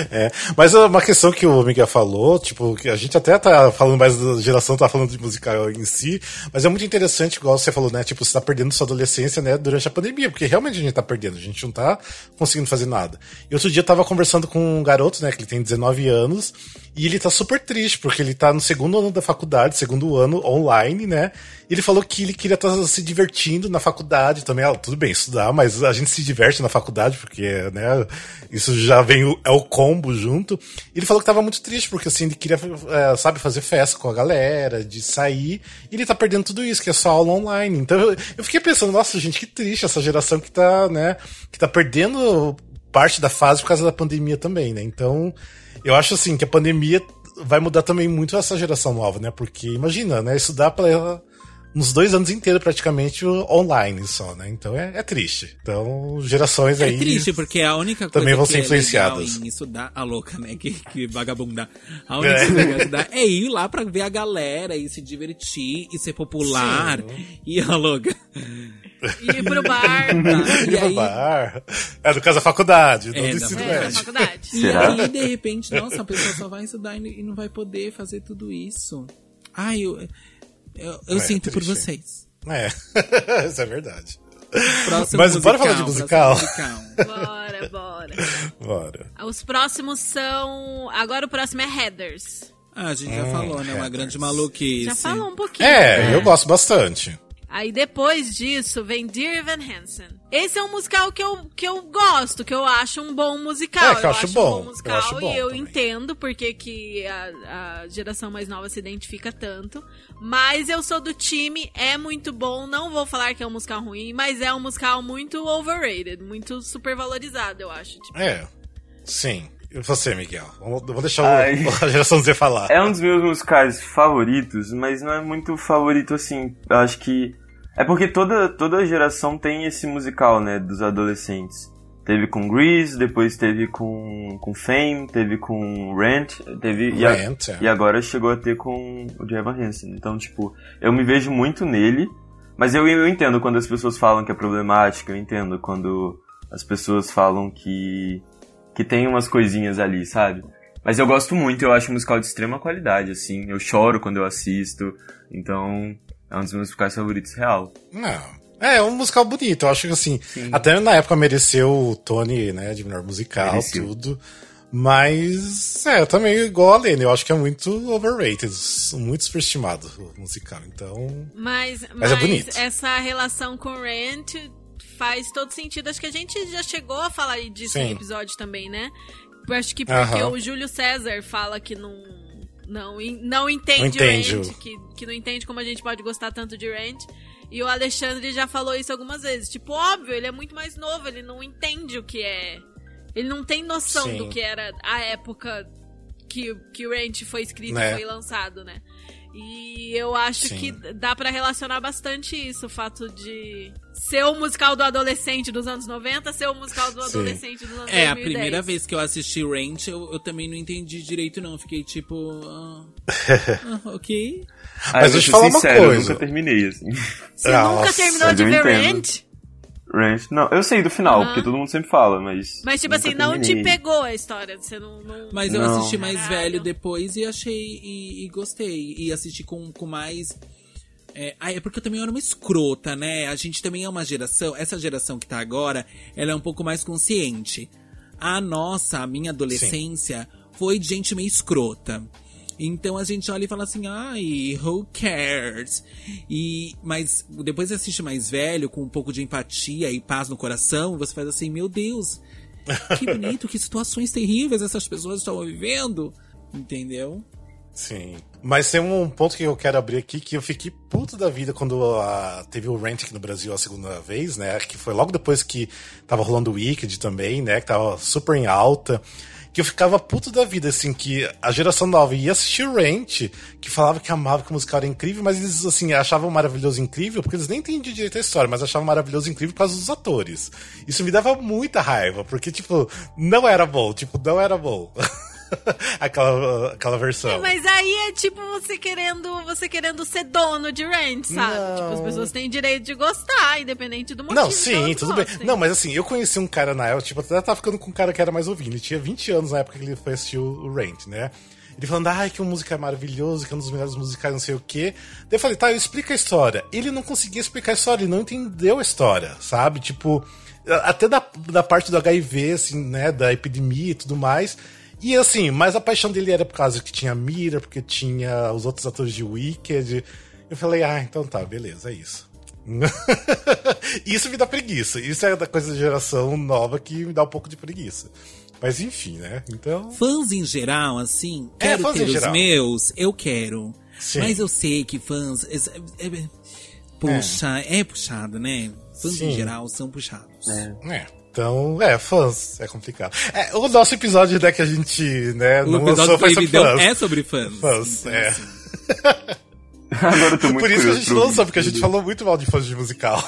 Mas uma questão que o Miguel falou, tipo, que a gente até tá falando mais da geração, tá falando de musical em si, mas é muito interessante, igual você falou, né? Tipo, você tá perdendo sua adolescência, né, durante a pandemia, porque realmente a gente tá perdendo, a gente não tá conseguindo fazer nada. E outro dia eu tava conversando com um garoto, né, que ele tem 19 anos, e ele tá super triste, porque ele tá no segundo ano da faculdade, segundo ano online, né? E ele falou que ele queria estar se divertindo na faculdade também. Tudo bem, estudar, mas a gente se diverte na faculdade, porque, né, isso já vem, é o combo junto. E ele falou que tava muito triste, porque assim, ele queria, sabe, fazer festa com a galera, de sair, e ele tá perdendo tudo isso, que é só aula online. Então eu fiquei pensando, nossa, gente, que triste essa geração que tá, né, que tá perdendo parte da fase por causa da pandemia também, né? Então, eu acho assim, que a pandemia vai mudar também muito essa geração nova, né? Porque, imagina, né, estudar pra ela uns 2 anos inteiros praticamente online só, né? Então é triste. Então, gerações aí... É triste, porque a única coisa também vão que ser influenciadas. Em estudar... A louca, né? Que vagabunda. A única coisa que estudar é ir lá pra ver a galera e se divertir e ser popular. Sim. E a louca... E ir pro bar. E aí... bar. É do caso da faculdade, não do ensino médio. Da faculdade. E aí, de repente, nossa, a pessoa só vai estudar e não vai poder fazer tudo isso. Ai, eu sinto triste. Por vocês. Isso é verdade. Próximo Mas musical, bora falar de musical? Bora. Os próximos são... Agora o próximo é Heathers. A gente já falou, né? Uma grande maluquice. Já falou um pouquinho. Eu gosto bastante. Aí depois disso vem Dear Evan Hansen. Esse é um musical que eu gosto, que eu acho um bom musical. Que eu acho bom. Um bom musical, eu acho bom e eu também. entendo porque que a geração mais nova se identifica tanto. Mas eu sou do time, é muito bom. Não vou falar que é um musical ruim, mas é um musical muito overrated, muito supervalorizado, eu acho. Tipo. Sim. E você, Miguel? Vou deixar a geração Z falar. É um dos meus musicais favoritos, mas não é muito favorito assim. Eu acho que... É porque toda geração tem esse musical, né, dos adolescentes. Teve com Grease, depois teve com Fame, teve com Rent, e agora chegou a ter com o Dear Evan Hansen. Então, tipo, eu me vejo muito nele, mas eu entendo quando as pessoas falam que é problemático, eu entendo quando as pessoas falam que tem umas coisinhas ali, sabe? Mas eu gosto muito, eu acho um musical de extrema qualidade, assim. Eu choro quando eu assisto, então é um dos meus musicais favoritos real. Não. É um musical bonito, eu acho que assim, sim. Até na época mereceu o Tony, né, de melhor musical, mereceu. Tudo. Mas, eu também, igual a Lene, eu acho que é muito overrated, muito superestimado o musical, então... Mas é bonito. Essa relação com Rent faz todo sentido, acho que a gente já chegou a falar disso em episódio também, né? Eu acho que porque o Júlio César fala que não entende Rent, que não entende como a gente pode gostar tanto de Rent. E o Alexandre já falou isso algumas vezes. Tipo, óbvio, ele é muito mais novo, ele não entende o que é. Ele não tem noção do que era a época que o Rent foi escrito e foi lançado, né? E eu acho que dá pra relacionar bastante isso, o fato de ser o musical do adolescente dos anos 90, ser o musical do adolescente dos anos 2010. A primeira vez que eu assisti Rent, eu também não entendi direito, não. Fiquei tipo... ok. Mas deixa eu falar uma coisa. Eu nunca terminei, assim. Você nunca terminou de ver Rent? Rent, não, eu sei do final, porque todo mundo sempre fala, mas... Mas tipo assim, não te pegou a história, você não... Mas eu assisti mais velho depois e achei, e gostei, e assisti com mais... É porque eu também era uma escrota, né? A gente também é uma geração, essa geração que tá agora, ela é um pouco mais consciente. A minha adolescência foi de gente meio escrota. Então a gente olha e fala assim, who cares? Mas depois você assiste mais velho, com um pouco de empatia e paz no coração, você faz assim, meu Deus, que bonito, que situações terríveis essas pessoas estão vivendo, entendeu? Sim. Mas tem um ponto que eu quero abrir aqui, que eu fiquei puto da vida quando teve o Rent aqui no Brasil a segunda vez, né? Que foi logo depois que tava rolando o Wicked também, né? Que tava super em alta. Que eu ficava puto da vida, assim, que a geração nova ia assistir o Rent, que falava que amava, que o musical era incrível, mas eles, assim, achavam maravilhoso e incrível, porque eles nem entendiam direito a história, mas achavam maravilhoso e incrível por causa dos atores. Isso me dava muita raiva, porque, tipo, não era bom. aquela versão. Mas aí é tipo você querendo ser dono de Ranch, sabe? Não. Tipo, as pessoas têm direito de gostar, independente do motivo. Não, sim, tudo bem. Não, mas assim, eu conheci um cara na época, tipo, até tava ficando com um cara que era mais ouvindo. Ele tinha 20 anos na época que ele foi assistir o Ranch, né? Ele falando, que um música é maravilhoso, que é um dos melhores musicais, não sei o quê. Daí eu falei, tá, explica a história. Ele não conseguia explicar a história, ele não entendeu a história, sabe? Tipo, até da parte do HIV, assim, né, da epidemia e tudo mais. E assim, mas a paixão dele era por causa que tinha a Mira, porque tinha os outros atores de Wicked. Eu falei, então tá, beleza, é isso. Isso me dá preguiça. Isso é da coisa da geração nova que me dá um pouco de preguiça. Mas enfim, né? Então. Fãs em geral, assim, quero ter os meus, eu quero. Sim. Mas eu sei que fãs. Puxa, é puxado, né? Fãs em geral são puxados. Então, fãs, é complicado. O nosso episódio, né, que a gente, né, o não episódio lançou foi sobre fãs. É sobre fãs. Fãs, então, assim. Agora eu tô muito por isso que a gente não lançou, porque a gente falou muito mal de fãs de musical.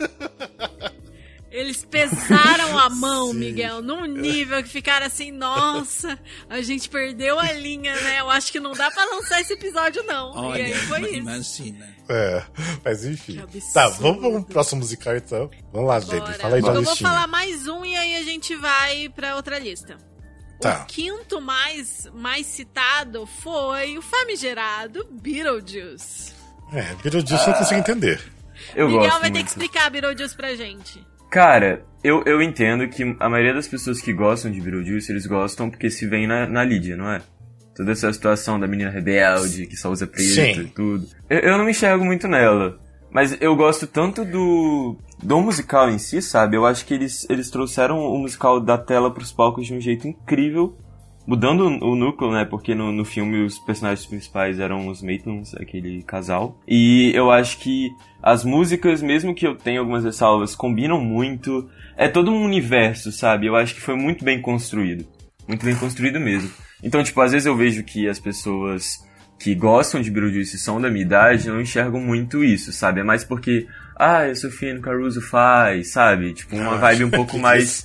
Eles pesaram a mão, Miguel, num nível que ficaram assim, nossa, a gente perdeu a linha, né? Eu acho que não dá pra lançar esse episódio, não. Olha, e aí foi isso. Imagina. Mas enfim. Tá, vamos pro próximo musical, então. Vamos lá, gente, fala aí da listinha. Eu vou falar mais um e aí a gente vai pra outra lista. Tá. O quinto mais citado foi o famigerado Beetlejuice. Beetlejuice eu não consigo entender. Miguel vai ter que explicar Beetlejuice pra gente. Cara, eu entendo que a maioria das pessoas que gostam de Beetlejuice, eles gostam porque se vem na Lídia, não é? Toda essa situação da menina rebelde, que só usa preto e tudo. Eu não me enxergo muito nela. Mas eu gosto tanto do musical em si, sabe? Eu acho que eles trouxeram o musical da tela pros palcos de um jeito incrível. Mudando o núcleo, né? Porque no filme os personagens principais eram os Maitlands, aquele casal. E eu acho que as músicas, mesmo que eu tenha algumas ressalvas, combinam muito. É todo um universo, sabe? Eu acho que foi muito bem construído. Muito bem construído mesmo. Então, tipo, às vezes eu vejo que as pessoas que gostam de Beetlejuice são da minha idade não enxergam muito isso, sabe? É mais porque, a Sofia Caruso faz, sabe? Tipo, uma vibe um pouco mais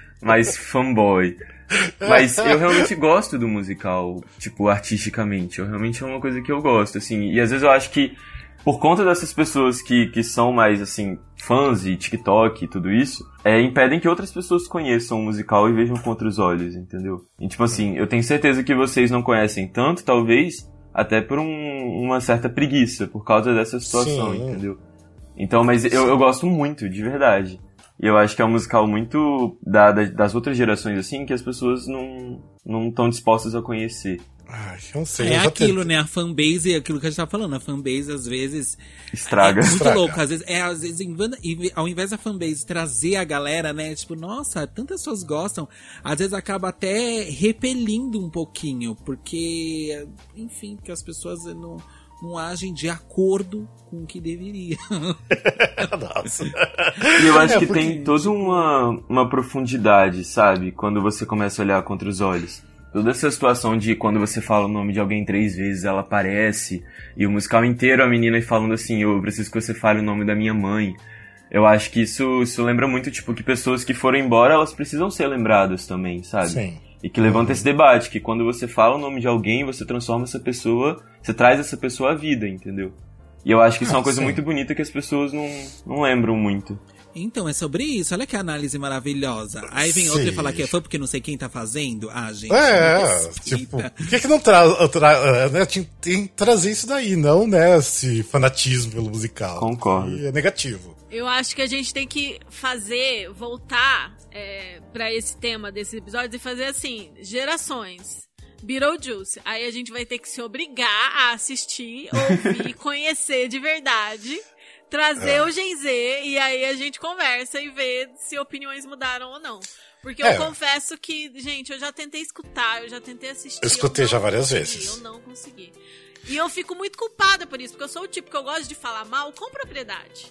fanboy. Mas eu realmente gosto do musical, tipo, artisticamente. Realmente é uma coisa que eu gosto, assim. E às vezes eu acho que, por conta dessas pessoas que são mais, assim, fãs de TikTok e tudo isso, impedem que outras pessoas conheçam o musical e vejam com outros olhos, entendeu? E, tipo assim, eu tenho certeza que vocês não conhecem tanto, talvez, até por uma certa preguiça, por causa dessa situação, entendeu? Então, mas eu gosto muito, de verdade. E eu acho que é um musical muito das outras gerações, assim, que as pessoas não estão dispostas a conhecer. Eu não sei. É aquilo, né? A fanbase, aquilo que a gente tá falando. A fanbase, às vezes... Estraga. É muito louco. Às vezes, ao invés da fanbase trazer a galera, né? Tipo, nossa, tantas pessoas gostam. Às vezes acaba até repelindo um pouquinho. Porque, enfim, porque as pessoas não agem de acordo com o que deveria. Nossa. E eu acho que tem toda uma profundidade, sabe? Quando você começa a olhar contra os olhos. Toda essa situação de quando você fala o nome de alguém 3 vezes, ela aparece. E o musical inteiro, a menina falando assim, eu preciso que você fale o nome da minha mãe. Eu acho que isso lembra muito, tipo, que pessoas que foram embora, elas precisam ser lembradas também, sabe? Sim. E que levanta esse debate, que quando você fala o nome de alguém, você transforma essa pessoa, você traz essa pessoa à vida, entendeu? E eu acho que isso é uma coisa muito bonita que as pessoas não lembram muito. Então, é sobre isso. Olha que análise maravilhosa. Aí vem outra e fala que é fã porque não sei quem tá fazendo. Gente. Tipo, por que não traz. Né, tem que trazer isso daí, não, né? Esse fanatismo pelo musical. Concordo. E é negativo. Eu acho que a gente tem que voltar pra esse tema desses episódios e fazer assim: gerações. Beetlejuice. Aí a gente vai ter que se obrigar a assistir, ouvir, conhecer de verdade. Trazer o Gen Z e aí a gente conversa e vê se opiniões mudaram ou não. Porque eu confesso que, gente, eu já tentei escutar, eu já tentei assistir. Eu escutei já várias vezes. Eu não consegui. E eu fico muito culpada por isso, porque eu sou o tipo que eu gosto de falar mal com propriedade.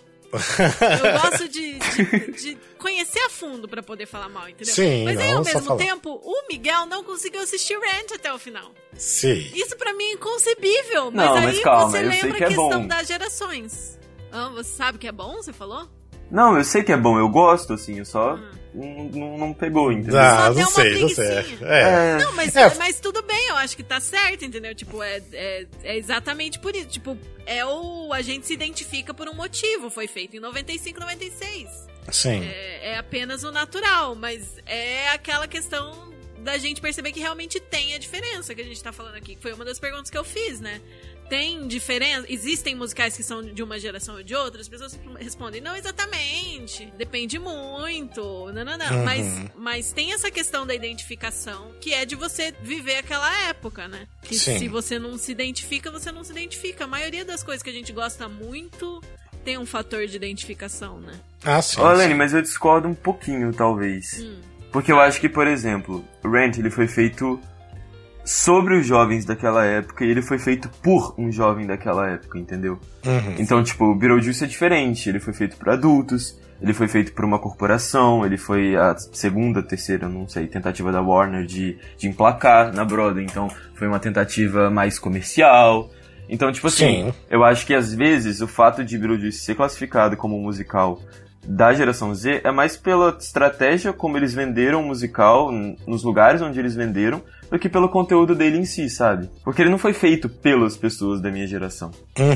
Eu gosto de conhecer a fundo pra poder falar mal, entendeu? Sim, mas aí, ao mesmo falar. tempo, o Miguel não conseguiu assistir Ranch até o final. Sim. Isso pra mim é inconcebível. Mas calma, você eu sei lembra que a é questão bom. das gerações. Você sabe que é bom, você falou? Não, eu sei que é bom, eu gosto, assim, eu só não pegou, entendeu? Ah, Só não sei, não sei. Não, mas tudo bem, eu acho que tá certo, entendeu? Tipo, é exatamente por isso. Tipo, a gente se identifica por um motivo. Foi feito em 95, 96. Sim. É apenas o natural, mas é aquela questão da gente perceber que realmente tem a diferença que a gente tá falando aqui. Foi uma das perguntas que eu fiz, né? Tem diferença? Existem musicais que são de uma geração ou de outra? As pessoas respondem, não exatamente. Depende muito. Não. Mas tem essa questão da identificação, que é de você viver aquela época, né? Que se você não se identifica, você não se identifica. A maioria das coisas que a gente gosta muito tem um fator de identificação, né? Ah, sim. Ó, Lene, mas eu discordo um pouquinho, talvez. Porque eu acho que, por exemplo, Rent, ele foi feito sobre os jovens daquela época e ele foi feito por um jovem daquela época, entendeu? Então, tipo, o Beetlejuice é diferente, ele foi feito por adultos, ele foi feito por uma corporação, ele foi a segunda, terceira, não sei, tentativa da Warner de emplacar na Broadway, então foi uma tentativa mais comercial. Então, tipo assim, eu acho que às vezes o fato de Beetlejuice ser classificado como um musical da geração Z é mais pela estratégia como eles venderam o musical nos lugares onde eles venderam do que pelo conteúdo dele em si, sabe? Porque ele não foi feito pelas pessoas da minha geração.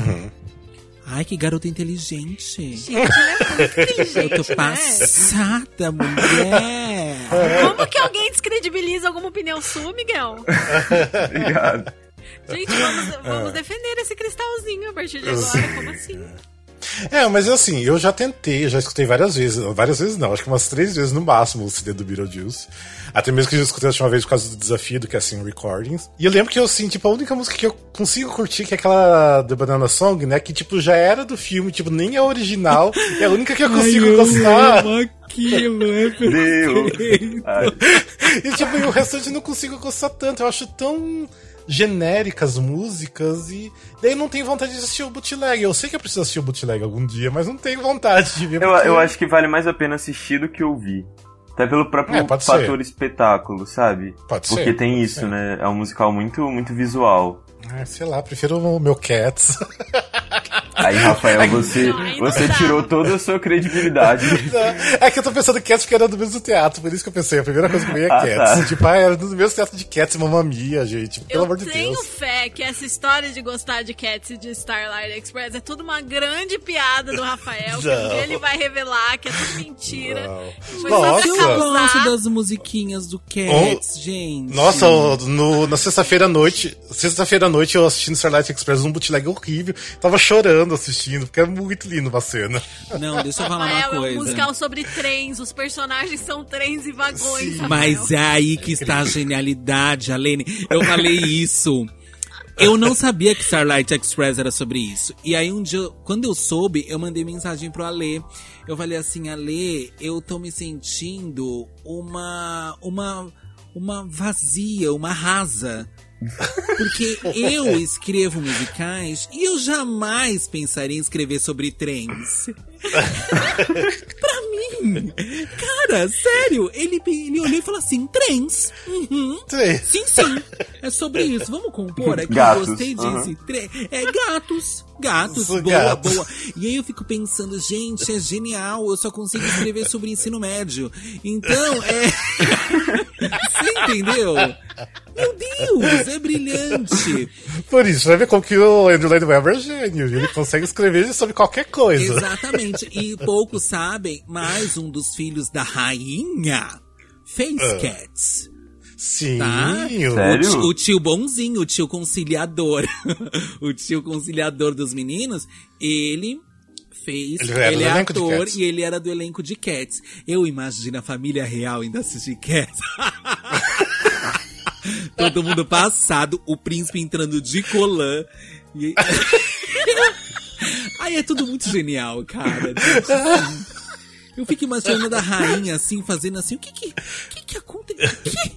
Ai, que garota inteligente. Gente, ela é muito inteligente, Eu tô passada, mulher. Como que alguém descredibiliza alguma opinião sua, Miguel? Obrigado. Gente, vamos defender esse cristalzinho a partir de agora, como assim? Mas assim, eu já escutei várias vezes não, acho que umas 3 vezes no máximo o CD do Beetlejuice. Até mesmo que eu já escutei a última vez por causa do desafio do Casting Recordings. E eu lembro que eu, assim, tipo, a única música que eu consigo curtir, que é aquela The Banana Song, né, que tipo, já era do filme, tipo, nem é original, é a única que eu consigo gostar. Aquilo é perfeito. E tipo, o restante eu não consigo gostar tanto, eu acho tão genéricas músicas e daí não tenho vontade de assistir o bootleg. Eu sei que eu preciso assistir o bootleg algum dia, mas não tenho vontade de ver. Eu acho que vale mais a pena assistir do que ouvir. Até pelo próprio fator espetáculo, sabe? Porque tem isso, né? É um musical muito, muito visual. Sei lá, prefiro o meu Cats. Aí, Rafael, você tirou toda a sua credibilidade. É que eu tô pensando Cats porque era do mesmo teatro, por isso que eu pensei. A primeira coisa que veio é Cats. Tá. Tipo, era do mesmo teatro de Cats e Mamma Mia, gente. Pelo amor de Deus. Eu tenho fé que essa história de gostar de Cats e de Starlight Express é tudo uma grande piada do Rafael. Que ele vai revelar que é tudo mentira. Nossa, eu gosto das musiquinhas do Cats, gente. Nossa, na sexta-feira à noite eu assistindo Starlight Express, um bootleg horrível. Tava chorando assistindo, porque é muito lindo uma cena. Não, deixa eu falar uma coisa. É um musical sobre trens, os personagens são trens e vagões. Sim, mas é aí que está a genialidade, Alene. Eu falei isso. Eu não sabia que Starlight Express era sobre isso. E aí um dia, quando eu soube, eu mandei mensagem pro Alê. Eu falei assim, Alê, eu tô me sentindo uma vazia, uma rasa. Porque eu escrevo musicais e eu jamais pensaria em escrever sobre trens. Pra mim, cara, sério, ele olhou e falou assim, trens. Sim, é sobre isso. Vamos compor aqui, gatos. Gostei disso. Gatos, boa. E aí eu fico pensando, gente, é genial, eu só consigo escrever sobre ensino médio. Então, você entendeu? Meu Deus, é brilhante. Por isso, vai ver como que o Andrew Lloyd Webber é gênio. Ele consegue escrever sobre qualquer coisa. Exatamente. E poucos sabem, mais um dos filhos da rainha fez Cats. Sim. Tá? Sério? O tio bonzinho, o tio conciliador. O tio conciliador dos meninos, ele é ator e ele era do elenco de Cats. Eu imagino a família real ainda assistir Cats. Todo mundo passado, o príncipe entrando de colã. Aí é tudo muito genial, cara. Eu fico imaginando a rainha assim, fazendo assim, o que aconteceu?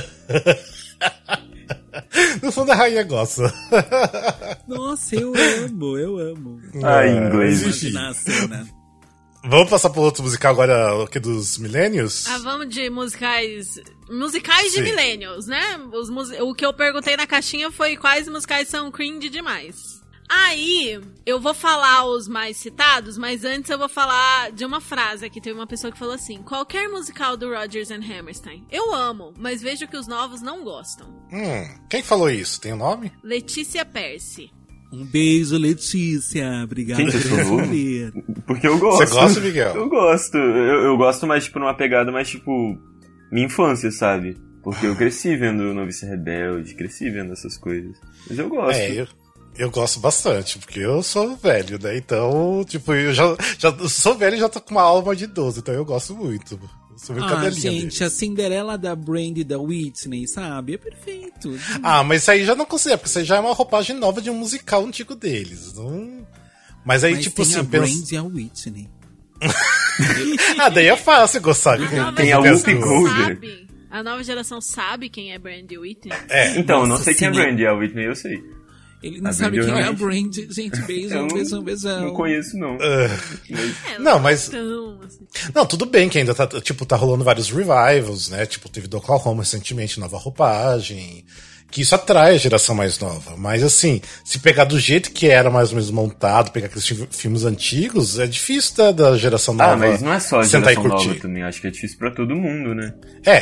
No fundo a rainha gosta. Nossa, eu amo. Inglês. Imaginar a cena. Vamos passar pro outro musical agora, o que dos milênios? Vamos de musicais de millennials, né? O que eu perguntei na caixinha foi quais musicais são cringe demais. Aí, eu vou falar os mais citados, mas antes eu vou falar de uma frase aqui. Teve uma pessoa que falou assim: qualquer musical do Rodgers and Hammerstein eu amo, mas vejo que os novos não gostam. Quem falou isso? Tem o nome? Letícia Percy. Um beijo, Letícia. Obrigado Gente, por responder. Porque eu gosto. Você gosta, Miguel? Eu gosto. Eu gosto mais, tipo, numa pegada mais, tipo, minha infância, sabe? Porque eu cresci vendo Novice Rebelde, cresci vendo essas coisas. Mas eu gosto. Eu gosto bastante, porque eu sou velho, né? Então, tipo, eu já sou velho e já tô com uma alma de idoso, então eu gosto muito. Sou meio cadelinha gente, deles. a Cinderela da Brandy e da Whitney, sabe? É perfeito. Mas isso aí já não considero, porque isso aí já é uma roupagem nova de um musical antigo deles. Não... Mas aí, tipo tem assim, a Brandy e a Whitney. daí é fácil gostar. Tem a Whoopi Goldberg. A nova geração sabe quem é Brandy Whitney? Então, eu não Nossa, sei quem é sim, Brandy, a Whitney eu sei. Ele não A sabe Brandy quem é a realmente- Brandy. Gente, beijão. Não conheço, não. Não, mas... Então, assim. Não, tudo bem que ainda tá rolando vários revivals, né? Tipo, teve do Oklahoma recentemente, nova roupagem. Que isso atrai a geração mais nova. Mas assim, se pegar do jeito que era mais ou menos montado, pegar aqueles filmes antigos, é difícil da geração nova. Mas não é só a sentar e geração curtir. nova também. Acho que é difícil pra todo mundo, né?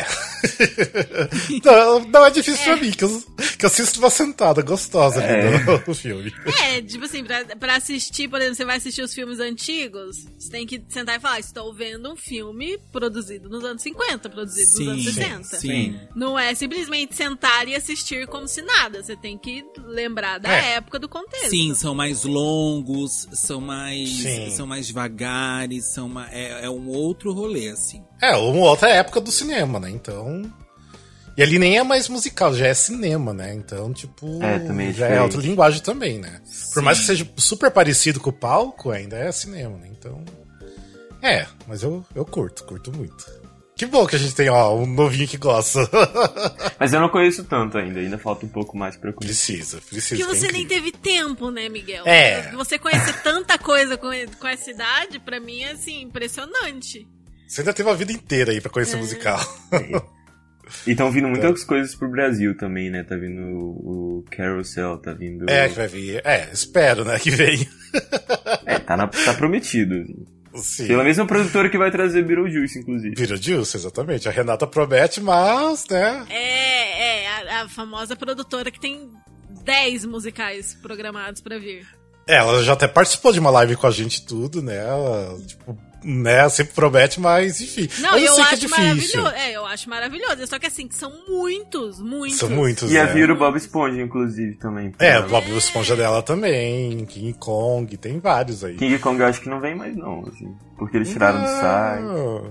Não é difícil pra mim, que eu assisto uma sentada gostosa ali no filme. Tipo assim, pra assistir, por exemplo, você vai assistir os filmes antigos, você tem que sentar e falar: estou vendo um filme produzido nos anos 50, produzido nos anos 60. Sim. Não é simplesmente sentar e assistir como se nada. Você tem que lembrar da época do contexto. Sim, são mais longos, são mais devagares, é um outro rolê, assim. Uma outra época do cinema, né? Então... E ali nem é mais musical, já é cinema, né? Então, tipo... também já é outra linguagem também, né? Por mais que seja super parecido com o palco, ainda é cinema, né? Então... mas eu curto muito. Que bom que a gente tem, um novinho que gosta. Mas eu não conheço tanto ainda falta um pouco mais pra eu conhecer. Precisa. Porque você nem teve tempo, né, Miguel? Você conhecer tanta coisa com essa idade, pra mim, é, assim, impressionante. Você ainda teve uma vida inteira aí pra conhecer musical. E estão vindo muitas coisas pro Brasil também, né? Tá vindo o Carousel, tá vindo... Que vai vir. Espero, né, que venha. Tá prometido. Sim. Pela mesma produtora que vai trazer Beetlejuice, inclusive. Beetlejuice, exatamente. A Renata promete, mas, né... A famosa produtora que tem 10 musicais programados pra vir. Ela já até participou de uma live com a gente e tudo, né? Ela, tipo... Né, sempre promete, mas enfim. Não, mas eu sei acho que é difícil. maravilhoso. Eu acho maravilhoso. Só que assim, são muitos. São muitos, ia vir o Bob Esponja, inclusive, também. O Bob Esponja dela também, King Kong, tem vários aí. King Kong eu acho que não vem mais não, assim, porque eles tiraram do site.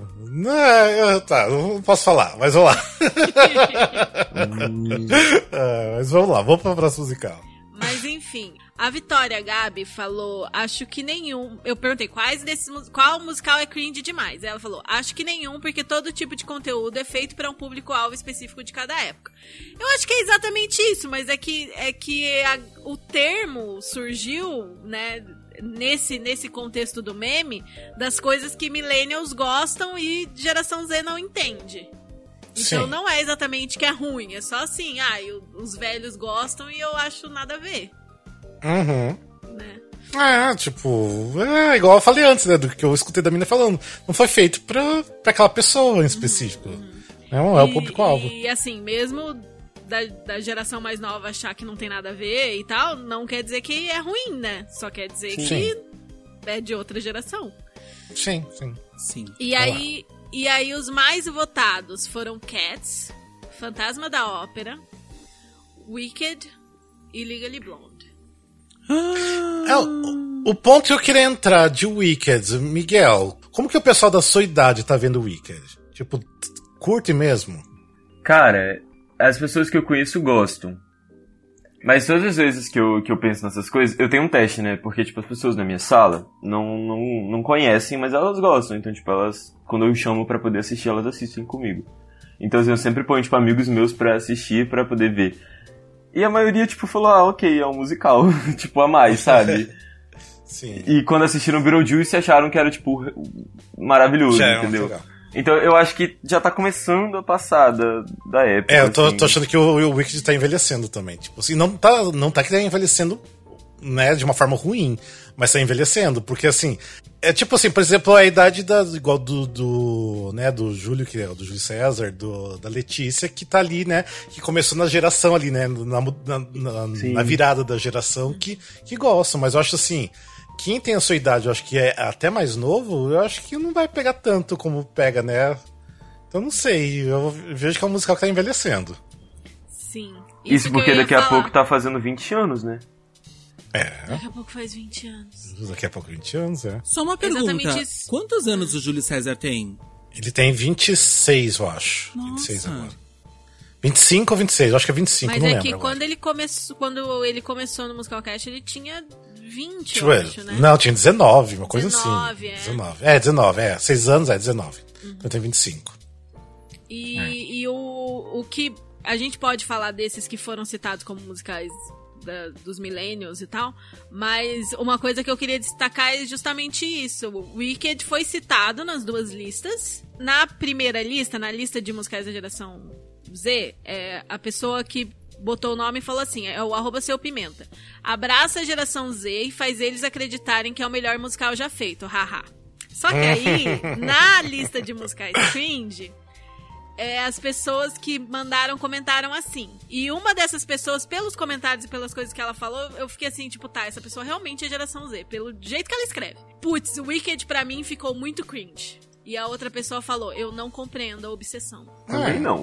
Não posso falar, mas vamos lá. Mas vamos lá, vamos pra próxima musical. Mas enfim, a Vitória Gabi falou, acho que nenhum. Eu perguntei qual musical é cringe demais. Ela falou, acho que nenhum, porque todo tipo de conteúdo é feito para um público-alvo específico de cada época. Eu acho que é exatamente isso, mas o termo surgiu, né, nesse contexto do meme, das coisas que millennials gostam e geração Z não entende. Então não é exatamente que é ruim, é só assim, os velhos gostam e eu acho nada a ver. Né? Igual eu falei antes, né, do que eu escutei da mina falando. Não foi feito pra aquela pessoa em específico. É o público-alvo. E assim, mesmo da geração mais nova achar que não tem nada a ver e tal, não quer dizer que é ruim, né? Só quer dizer que é de outra geração. Sim. E aí os mais votados foram Cats, Fantasma da Ópera, Wicked e Legally Blonde. O ponto que eu queria entrar de Wicked, Miguel, como que o pessoal da sua idade tá vendo Wicked? Tipo, curte mesmo? Cara, as pessoas que eu conheço gostam. Mas todas as vezes que eu penso nessas coisas, eu tenho um teste, né? Porque, tipo, as pessoas na minha sala não conhecem, mas elas gostam. Então, tipo, quando eu chamo pra poder assistir, elas assistem comigo. Então, assim, eu sempre ponho, tipo, amigos meus pra assistir, pra poder ver. E a maioria, tipo, falou, ok, é um musical. Tipo, a mais, sabe? Sim. E quando assistiram Beetlejuice, acharam que era, tipo, maravilhoso, entendeu? Legal. Então eu acho que já tá começando a passar da época. Eu tô achando que o Wicked tá envelhecendo também. Tipo assim, não tá que tá envelhecendo né, de uma forma ruim, mas tá envelhecendo, porque assim, é tipo assim, por exemplo, a idade igual do Júlio, que é do Júlio César, da Letícia, que tá ali, né, que começou na geração ali, né, na virada da geração que gosta, mas eu acho assim, quem tem a sua idade, eu acho que é até mais novo, eu acho que não vai pegar tanto como pega, né, então não sei, eu vejo que é um musical que tá envelhecendo. Sim. Isso porque daqui a pouco tá fazendo 20 anos, né? Daqui a pouco faz 20 anos. Daqui a pouco 20 anos, é. Só uma pergunta. Quantos anos o Júlio César tem? Ele tem 26, eu acho. Nossa. 26 agora. 25 ou 26, eu acho que é 25, mas não é lembro. Mas quando ele começou no Musicalcast, ele tinha 20, eu acho, né? Não, tinha 19, uma coisa 19, assim. 19. 6 anos, 19. Então tem 25. E o que a gente pode falar desses que foram citados como musicais dos millennials e tal, mas uma coisa que eu queria destacar é justamente isso. O Wicked foi citado nas duas listas. Na primeira lista, na lista de musicais da geração Z, a pessoa que botou o nome e falou assim, é o @seupimenta. Abraça a geração Z e faz eles acreditarem que é o melhor musical já feito, haha. Só que aí, na lista de musicais cringe, as pessoas que comentaram assim. E uma dessas pessoas, pelos comentários e pelas coisas que ela falou, eu fiquei assim, tipo, tá, essa pessoa realmente é geração Z, pelo jeito que ela escreve. Putz, o Wicked pra mim ficou muito cringe. E a outra pessoa falou, eu não compreendo a obsessão. Também não.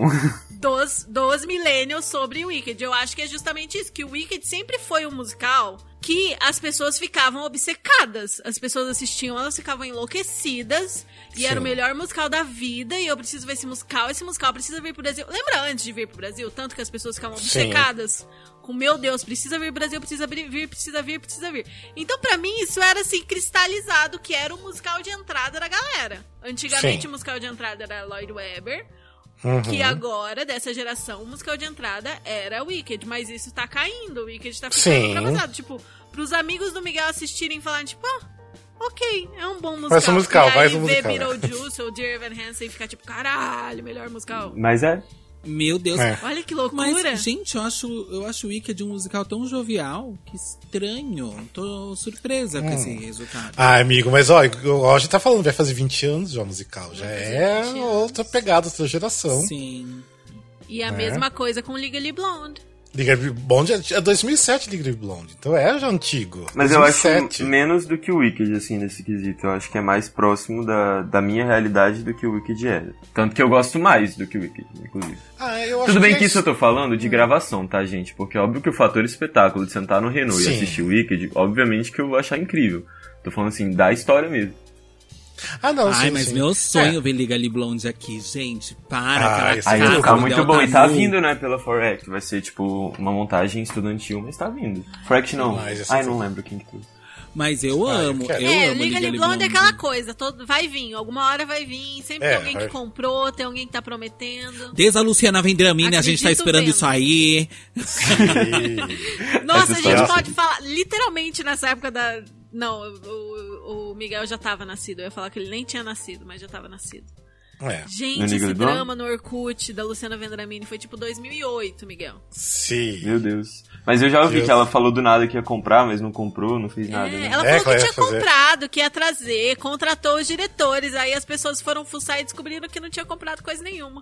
Dos millennials sobre o Wicked. Eu acho que é justamente isso, que o Wicked sempre foi um musical que as pessoas ficavam obcecadas. As pessoas assistiam, elas ficavam enlouquecidas. E Sim. Era o melhor musical da vida. E eu preciso ver esse musical precisa vir pro Brasil. Lembra antes de vir pro Brasil? Tanto que as pessoas ficavam obcecadas. Sim. Com, meu Deus, precisa vir pro Brasil, precisa vir. Então, pra mim, isso era, assim, cristalizado, que era o musical de entrada da galera. Antigamente, Sim. O musical de entrada era Lloyd Webber. Que agora, dessa geração, o musical de entrada era Wicked. Mas isso tá caindo. O Wicked tá ficando ultrapassado. Tipo, pros amigos do Miguel assistirem e falarem, tipo, ok, é um bom musical. Faz um musical, faz um musical. E aí ver Beetlejuice ou Dear Evan Hansen e ficar tipo, caralho, melhor musical. Mas Meu Deus. Olha que loucura. Mas, gente, eu acho o Wicked um musical tão jovial, que estranho. Tô surpresa com esse resultado. Amigo, mas ó, a gente tá falando, vai fazer 20 anos já musical. Já é outra pegada, outra geração. Sim. E a mesma coisa com Legally Blonde. Legally Blonde é 2007, Legally Blonde. Então é já antigo. Mas 2007. Eu acho menos do que o Wicked, assim, nesse quesito. Eu acho que é mais próximo da minha realidade do que o Wicked é. Tanto que eu gosto mais do que o Wicked, inclusive. Eu acho Tudo bem que isso eu tô falando de gravação, tá, gente? Porque é óbvio que o fator espetáculo de sentar no Renault e assistir o Wicked, obviamente que eu vou achar incrível. Tô falando assim, da história mesmo. Não, Ai, sim, mas sim. meu sonho ver Legally Blonde aqui, gente. Para, isso Aí vai ficar muito bom. E tá Azul. vindo, né, pela 4Act. Vai ser, tipo, uma montagem estudantil, mas tá vindo. 4Act não. Não lembro quem que trouxe. Mas eu amo, eu amo Legally Blonde é aquela coisa, vai vir, alguma hora vai vir, sempre tem alguém que comprou, tem alguém que tá prometendo. Desde a Luciana Vendramini, a gente tá esperando isso aí. Nossa, a gente pode falar, literalmente nessa época da... Não, o Miguel já tava nascido, eu ia falar que ele nem tinha nascido, mas já tava nascido. Gente, esse drama no Orkut da Luciana Vendramini foi tipo 2008, Miguel. Sim. Meu Deus. Mas eu já ouvi que ela falou do nada que ia comprar, mas não comprou, não fez nada, né? Ela falou que tinha comprado, que ia trazer, contratou os diretores, aí as pessoas foram fuçar e descobriram que não tinha comprado coisa nenhuma.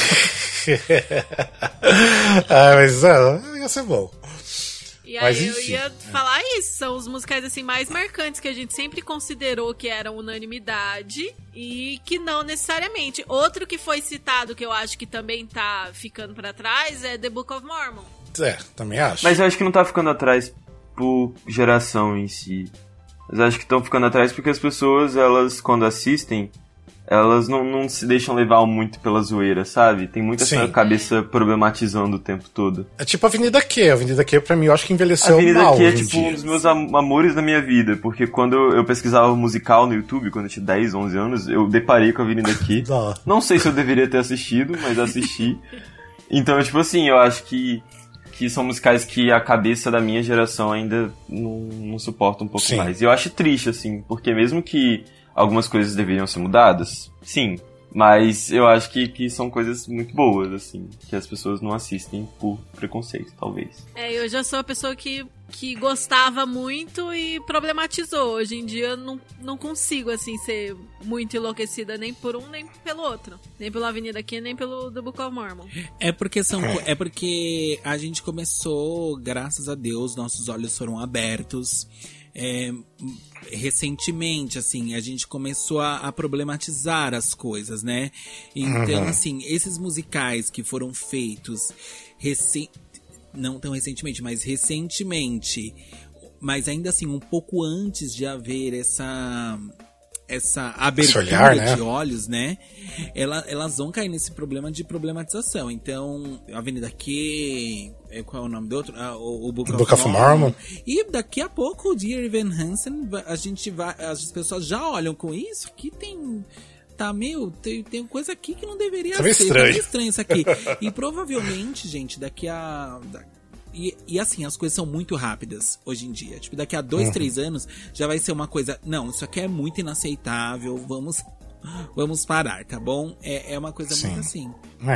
Mas ia ser bom. E aí eu ia falar isso, são os musicais assim mais marcantes que a gente sempre considerou que eram unanimidade e que não necessariamente. Outro que foi citado que eu acho que também tá ficando pra trás é The Book of Mormon. Também acho. Mas eu acho que não tá ficando atrás por geração em si. Mas eu acho que estão ficando atrás porque as pessoas, elas quando assistem, elas não se deixam levar muito pela zoeira, sabe? Tem muita essa cabeça problematizando o tempo todo. É tipo a Avenida Q. A Avenida Q, pra mim, eu acho que envelheceu mal. A Avenida Q é tipo um dos meus amores da minha vida, porque quando eu pesquisava musical no YouTube, quando eu tinha 10, 11 anos, eu deparei com a Avenida Q. Não sei se eu deveria ter assistido, mas assisti. Então, tipo assim, eu acho que são musicais que a cabeça da minha geração ainda não suporta um pouco mais. E eu acho triste, assim, porque mesmo que algumas coisas deveriam ser mudadas, sim, Mas eu acho que são coisas muito boas, assim, que as pessoas não assistem por preconceito, talvez. Eu já sou a pessoa que gostava muito e problematizou. Hoje em dia não consigo, assim, ser muito enlouquecida nem por um, nem pelo outro. Nem pela Avenida Q, nem pelo The Book of Mormon. É porque a gente começou, graças a Deus, nossos olhos foram abertos. Recentemente, assim, a gente começou a problematizar as coisas, né? Então, assim, esses musicais que foram feitos não tão recentemente, mas recentemente, mas ainda assim, um pouco antes de haver essa abertura olhar, né? de olhos, né? Elas vão cair nesse problema de problematização. Então, Avenida Q, qual é o nome do outro? O Book of Mormon. E daqui a pouco, o Dear Evan Hansen, as pessoas já olham com isso, aqui tem coisa aqui que não deveria ser. Estranho. Tá meio estranho isso aqui. E provavelmente, gente, E assim, as coisas são muito rápidas hoje em dia. Tipo, daqui a 2, 3 anos já vai ser uma coisa... Não, isso aqui é muito inaceitável, vamos parar, tá bom? É uma coisa muito assim.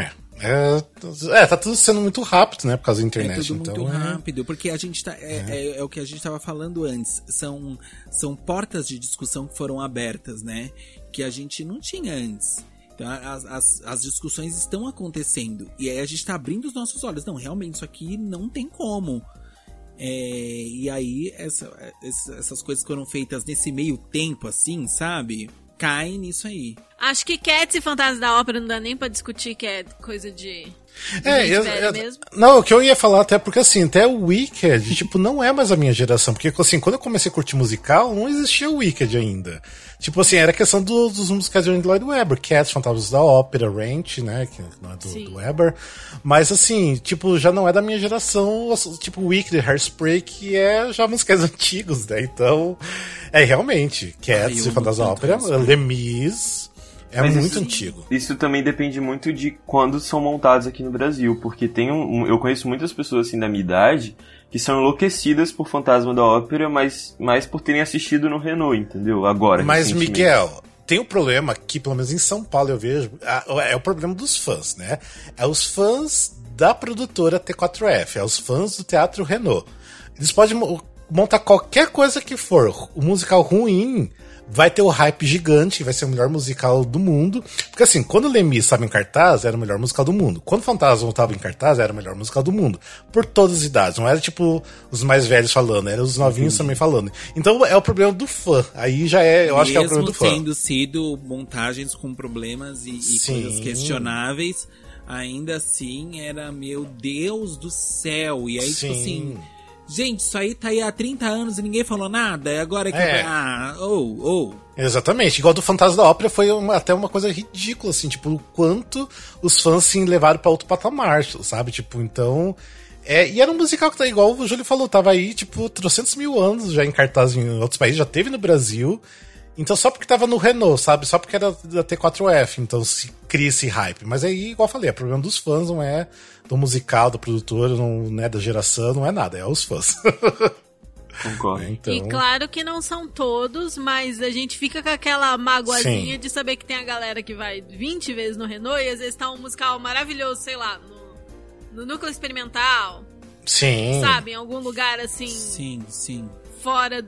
Tá tudo sendo muito rápido, né? Por causa da internet. É tudo então, muito rápido, porque a gente tá... É o que a gente tava falando antes. São portas de discussão que foram abertas, né? Que a gente não tinha antes. Então, as discussões estão acontecendo. E aí a gente tá abrindo os nossos olhos. Não, realmente, isso aqui não tem como. E aí, essas coisas que foram feitas nesse meio tempo, assim, sabe? Caem nisso aí. Acho que Cats e Fantasmas da Ópera não dá nem pra discutir, que é coisa de... mesmo. Não, o que eu ia falar até porque, assim, até o Wicked, tipo, não é mais a minha geração. Porque, assim, quando eu comecei a curtir musical, não existia o Wicked ainda. Tipo assim, era questão dos musicais de Andrew Lloyd Webber. Cats, Fantasmas da Ópera, Ranch, né, que não é do Webber. Mas, assim, tipo, já não é da minha geração, tipo, Wicked, Hairspray, que é já musicais antigos, né? Então, realmente, Cats e Fantasmas da Ópera, Les Mis... Mas muito antigo. Isso também depende muito de quando são montados aqui no Brasil, porque eu conheço muitas pessoas assim da minha idade que são enlouquecidas por Fantasma da Ópera, mas mais por terem assistido no Renault, entendeu? Agora. Mas, Miguel, tem um problema que, pelo menos em São Paulo eu vejo, é o problema dos fãs, né? É os fãs da produtora T4F, é os fãs do Teatro Renault. Eles podem montar qualquer coisa que for, o musical ruim... Vai ter o hype gigante, vai ser o melhor musical do mundo. Porque assim, quando o Les Mis estava em cartaz, era o melhor musical do mundo. Quando o Fantasma estava em cartaz, era o melhor musical do mundo. Por todas as idades. Não era tipo os mais velhos falando, era os novinhos também falando. Então é o problema do fã. Aí já eu acho que é o problema do fã. Mesmo tendo sido montagens com problemas e coisas questionáveis, ainda assim era, meu Deus do céu. E aí, tipo assim... Gente, isso aí tá aí há 30 anos e ninguém falou nada. Agora que... Exatamente. Igual do Fantasma da Ópera foi até uma coisa ridícula, assim. Tipo, o quanto os fãs se levaram pra outro patamar, sabe? Tipo, então... E era um musical que tá igual o Júlio falou. Tava aí, tipo, 300 mil anos já em cartaz em outros países. Já teve no Brasil. Então só porque tava no Renault, sabe? Só porque era da T4F. Então se cria esse hype. Mas aí, igual eu falei, é problema dos fãs, não é do musical, do produtor, não é da geração, não é nada. É os fãs. Concordo. Então... E claro que não são todos, mas a gente fica com aquela magoazinha de saber que tem a galera que vai 20 vezes no Renault e às vezes tá um musical maravilhoso, sei lá, no Núcleo Experimental. Sim. Sabe? Em algum lugar assim. Sim. Fora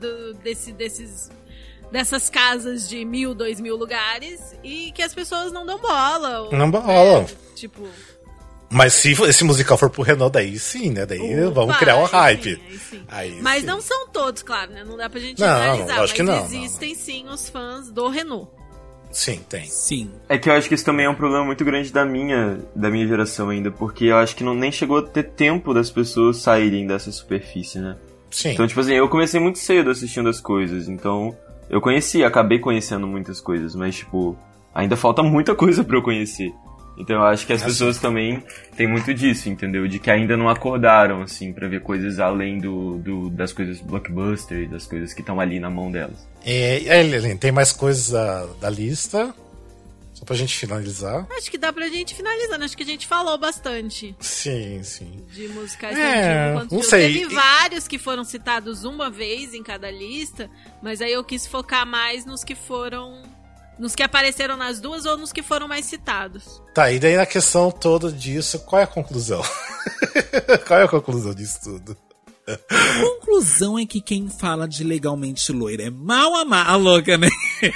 dessas casas de 1.000, 2.000 lugares e que as pessoas não dão bola. Não dão bola. Tipo... Mas se esse musical for pro Renault, daí sim, né? Daí vamos criar um hype. Aí mas não são todos, claro, né? Não dá pra gente analisar. Lógico que não. Existem sim os fãs do Renault. Sim, tem. Sim. É que eu acho que isso também é um problema muito grande da minha geração ainda, porque eu acho que nem chegou a ter tempo das pessoas saírem dessa superfície, né? Sim. Então, tipo assim, eu comecei muito cedo assistindo as coisas, então eu acabei conhecendo muitas coisas, mas, tipo, ainda falta muita coisa pra eu conhecer. Então eu acho que as pessoas também têm muito disso, entendeu? De que ainda não acordaram, assim, pra ver coisas além das coisas blockbuster, das coisas que estão ali na mão delas. Helene, tem mais coisas da lista? Só pra gente finalizar. Acho que dá pra gente finalizar, acho que a gente falou bastante. Sim. De musicais antigos. Não sei. Teve vários que foram citados uma vez em cada lista, mas aí eu quis focar mais nos que foram Nos que apareceram nas duas ou nos que foram mais citados? Tá, e daí na questão toda disso, qual é a conclusão? Qual é a conclusão disso tudo? A conclusão é que quem fala de Legalmente Loira é mal amada. A louca, né?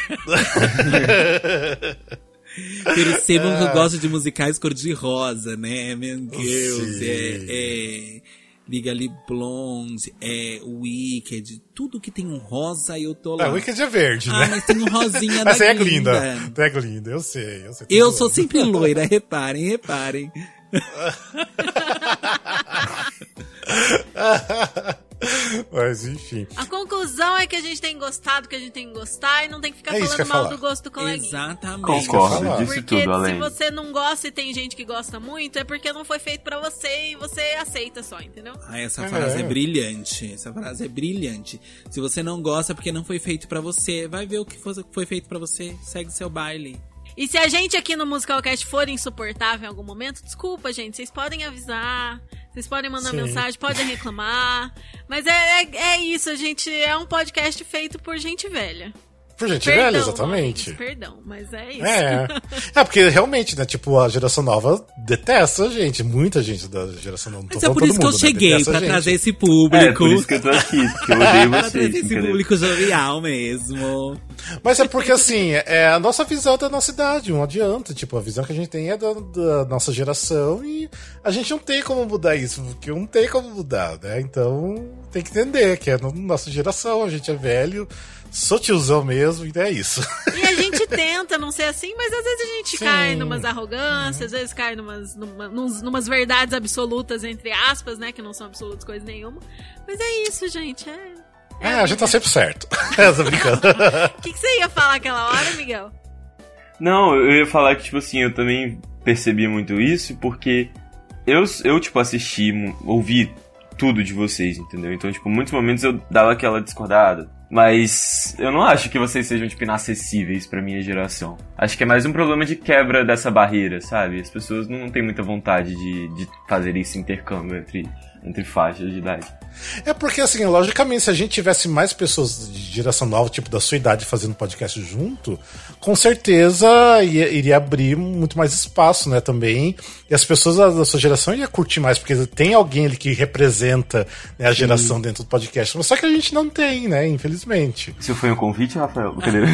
Percebam que eu gosto de musicais cor-de-rosa, né? Meu Deus, Legally Blonde, Wicked, tudo que tem um rosa eu tô lá. Wicked é verde, né? Mas tem um rosinha da Mas você é Glinda. Glinda. É Glinda, eu sei. Eu sou sempre loira, reparem. Mas enfim. A conclusão é que a gente tem gostado, que a gente tem que gostar e não tem que ficar falando mal do gosto do coleguinha. Exatamente. Concordo, disse porque tudo, além. se você não gosta e tem gente que gosta muito, é porque não foi feito pra você e você aceita só, entendeu? Essa frase é brilhante. Se você não gosta porque não foi feito pra você, vai ver o que foi feito pra você, segue seu baile. E se a gente aqui no Musicalcast for insuportável em algum momento, desculpa, gente, vocês podem avisar, vocês podem mandar mensagem, podem reclamar, mas é isso, a gente é um podcast feito por gente velha. Por gente velha, exatamente. Perdão, mas é isso. Porque realmente, né, tipo, a geração nova detesta a gente, muita gente da geração nova. Mas é por isso que eu cheguei, pra trazer esse público. É por isso que eu tô aqui, porque eu odeio vocês. Pra trazer esse público jovial mesmo. Mas é porque, assim, é a nossa visão da nossa idade, não adianta. Tipo, a visão que a gente tem é da nossa geração e a gente não tem como mudar isso, porque não tem como mudar, né? Então, tem que entender que é a nossa geração, a gente é velho, sou tiozão mesmo, e é isso. E a gente tenta não ser assim, mas às vezes a gente cai numas arrogâncias, às vezes cai numas verdades absolutas, entre aspas, né? Que não são absolutas coisa nenhuma. Mas é isso, gente, a gente tá sempre certo. Tô brincando. O que você ia falar aquela hora, Miguel? Não, eu ia falar que, tipo assim, eu também percebi muito isso, porque eu tipo, ouvi tudo de vocês, entendeu? Então, tipo, em muitos momentos eu dava aquela discordada. Mas eu não acho que vocês sejam, tipo, inacessíveis pra minha geração. Acho que é mais um problema de quebra dessa barreira, sabe? As pessoas não têm muita vontade de fazer esse intercâmbio entre faixas de idade. É porque, assim, logicamente, se a gente tivesse mais pessoas de geração nova, tipo da sua idade, fazendo podcast junto, com certeza iria abrir muito mais espaço, né, também. E as pessoas da sua geração iam curtir mais, porque tem alguém ali que representa, né, a geração dentro do podcast. Mas só que a gente não tem, né, infelizmente. Isso foi um convite, Rafael? Brincadeira.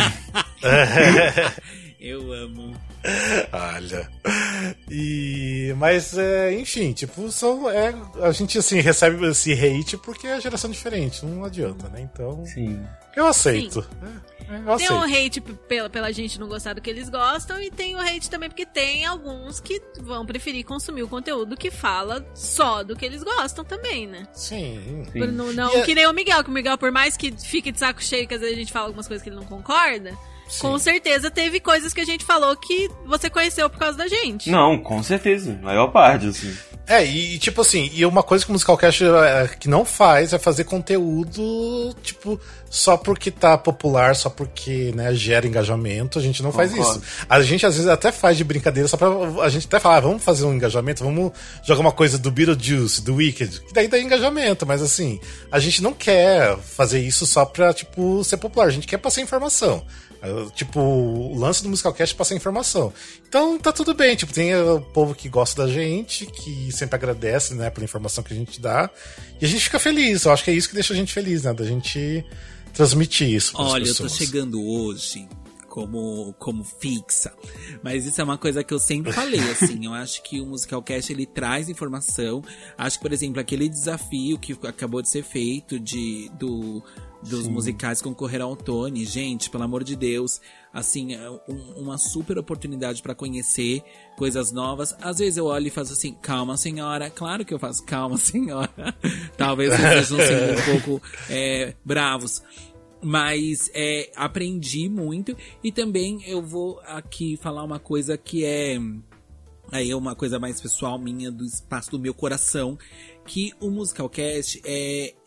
Eu amo. Olha. Mas, enfim, tipo, a gente, assim, recebe esse hate porque é geração diferente, não adianta, né? Então, sim, eu aceito. Eu tem aceito. um hate pela gente não gostar do que eles gostam, e tem o hate também porque tem alguns que vão preferir consumir o conteúdo que fala só do que eles gostam também, né? Sim. Não que nem o Miguel, que o Miguel, por mais que fique de saco cheio, que às vezes a gente fala algumas coisas que ele não concorda, sim, com certeza teve coisas que a gente falou que você conheceu por causa da gente. Não, com certeza. Maior parte, assim. E tipo assim, e uma coisa que o Musicalcast que não faz é fazer conteúdo, tipo, só porque tá popular, só porque, né, gera engajamento. A gente não faz isso. A gente às vezes até faz de brincadeira, só pra a gente até falar, vamos fazer um engajamento, vamos jogar uma coisa do Beetlejuice, do Wicked, que daí dá engajamento, mas assim, a gente não quer fazer isso só pra, tipo, ser popular, a gente quer passar informação. Tipo, o lance do Musicalcast é passar informação. Então tá tudo bem, tipo, tem o povo que gosta da gente, que sempre agradece, né, pela informação que a gente dá, e a gente fica feliz. Eu acho que é isso que deixa a gente feliz, né, da gente transmitir isso pras pessoas. Olha, eu tô chegando hoje como fixa, mas isso é uma coisa que eu sempre falei, assim, eu acho que o Musicalcast, ele traz informação. Acho que, por exemplo, aquele desafio que acabou de ser feito dos sim, musicais concorrer ao Tony, gente, pelo amor de Deus, assim, é uma super oportunidade pra conhecer coisas novas. Às vezes eu olho e faço assim, calma senhora, claro que eu faço calma senhora, talvez vocês sejam assim, um pouco bravos, mas aprendi muito. E também eu vou aqui falar uma coisa que aí é uma coisa mais pessoal minha, do espaço do meu coração, que o Musicalcast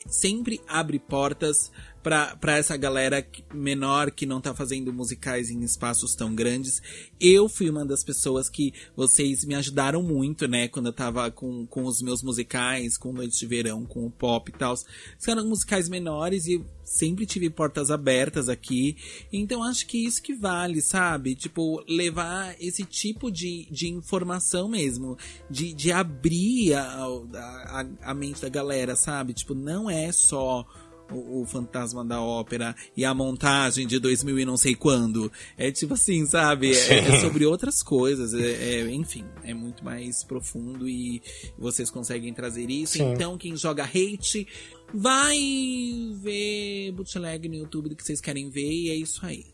sempre abre portas pra essa galera menor que não tá fazendo musicais em espaços tão grandes. Eu fui uma das pessoas que vocês me ajudaram muito, né? Quando eu tava com os meus musicais, com Noite de Verão, com o pop e tal. Eram musicais menores e eu sempre tive portas abertas aqui. Então acho que isso que vale, sabe? Tipo, levar esse tipo de informação mesmo. De abrir a mente da galera, sabe? Tipo, não é só o Fantasma da Ópera e a montagem de 2000 e não sei quando. É tipo assim, sabe? É sobre outras coisas. Enfim, é muito mais profundo e vocês conseguem trazer isso. Sim. Então, quem joga hate, vai ver bootleg no YouTube do que vocês querem ver e é isso aí.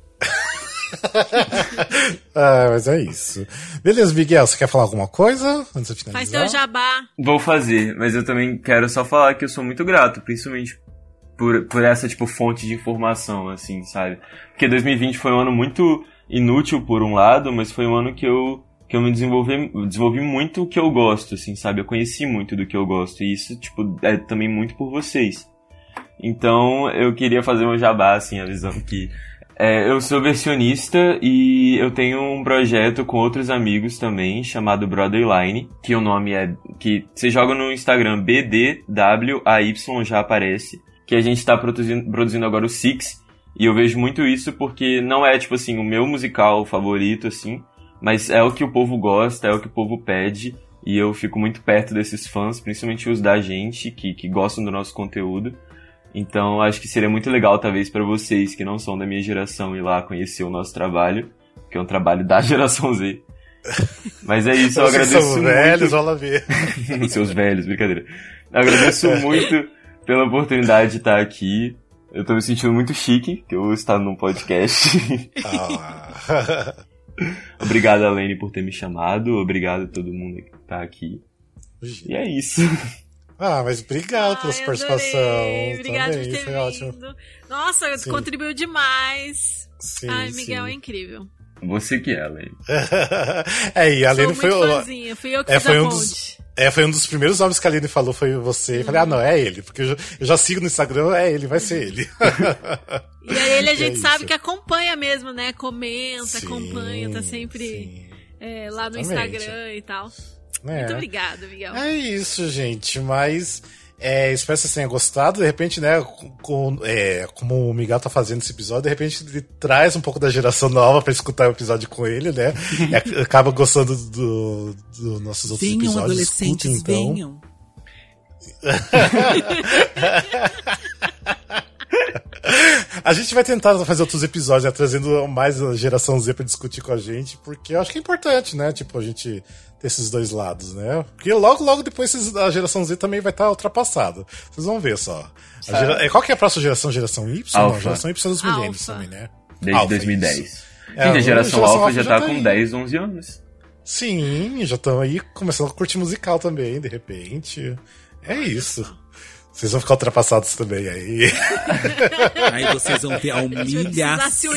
Mas é isso. Beleza, Miguel, você quer falar alguma coisa antes de finalizar? Faz teu jabá. Vou fazer, mas eu também quero só falar que eu sou muito grato, principalmente por essa, tipo, fonte de informação, assim, sabe? Porque 2020 foi um ano muito inútil, por um lado, mas foi um ano que eu me desenvolvi muito o que eu gosto, assim, sabe? Eu conheci muito do que eu gosto, e isso, tipo, é também muito por vocês. Então, eu queria fazer um jabá, assim, avisando que eu sou versionista e eu tenho um projeto com outros amigos também, chamado Broadway Line, que o nome que você joga no Instagram BDWAY, já aparece, que a gente tá produzindo agora o Six, e eu vejo muito isso porque não é, tipo assim, o meu musical favorito, assim, mas é o que o povo gosta, é o que o povo pede, e eu fico muito perto desses fãs, principalmente os da gente, que gostam do nosso conteúdo. Então, acho que seria muito legal, talvez, pra vocês que não são da minha geração ir lá conhecer o nosso trabalho, que é um trabalho da geração Z. Mas é isso, eu agradeço muito. Seus velhos, olha lá ver. Seus velhos, brincadeira. Eu agradeço muito pela oportunidade de estar aqui. Eu tô me sentindo muito chique, que eu estou num podcast. Obrigado, Alene, por ter me chamado. Obrigado a todo mundo que tá aqui. E é isso. Mas obrigado pela sua participação. Obrigado por ter vindo. Ótimo. Nossa, Sim. Contribuiu demais. Sim, Miguel, é incrível. Você que é, Alene. E a Alene foi fãzinha, fui eu que fiz a ponte. Foi um dos primeiros nomes que a Aline falou, foi você. Eu falei, não, é ele. Porque eu já sigo no Instagram, é ele, vai ser ele. E aí ele, a gente sabe que acompanha mesmo, né? Comenta, acompanha, tá sempre lá no Instagram e tal. Muito obrigada, Miguel. É isso, gente, mas espero que vocês tenham gostado. De repente, né, como o Miguel tá fazendo esse episódio, de repente ele traz um pouco da geração nova pra escutar o episódio com ele, né? Acaba gostando do nossos outros episódios. Venham, adolescentes, então. venham. A gente vai tentar fazer outros episódios, né, trazendo mais a geração Z pra discutir com a gente, porque eu acho que é importante, né? Tipo, a gente ter esses dois lados, né? Porque logo depois a geração Z também vai estar ultrapassada. Vocês vão ver só. Qual que é a próxima geração? Geração Y? Alpha. Não, geração Y dos milênios também, né? Desde Alpha, 2010. Gente, a geração Alpha já tá com 10, 11 anos. Sim, já estão aí começando a curtir musical também, de repente. É isso. Vocês vão ficar ultrapassados também aí. Aí vocês vão ver a humilhação.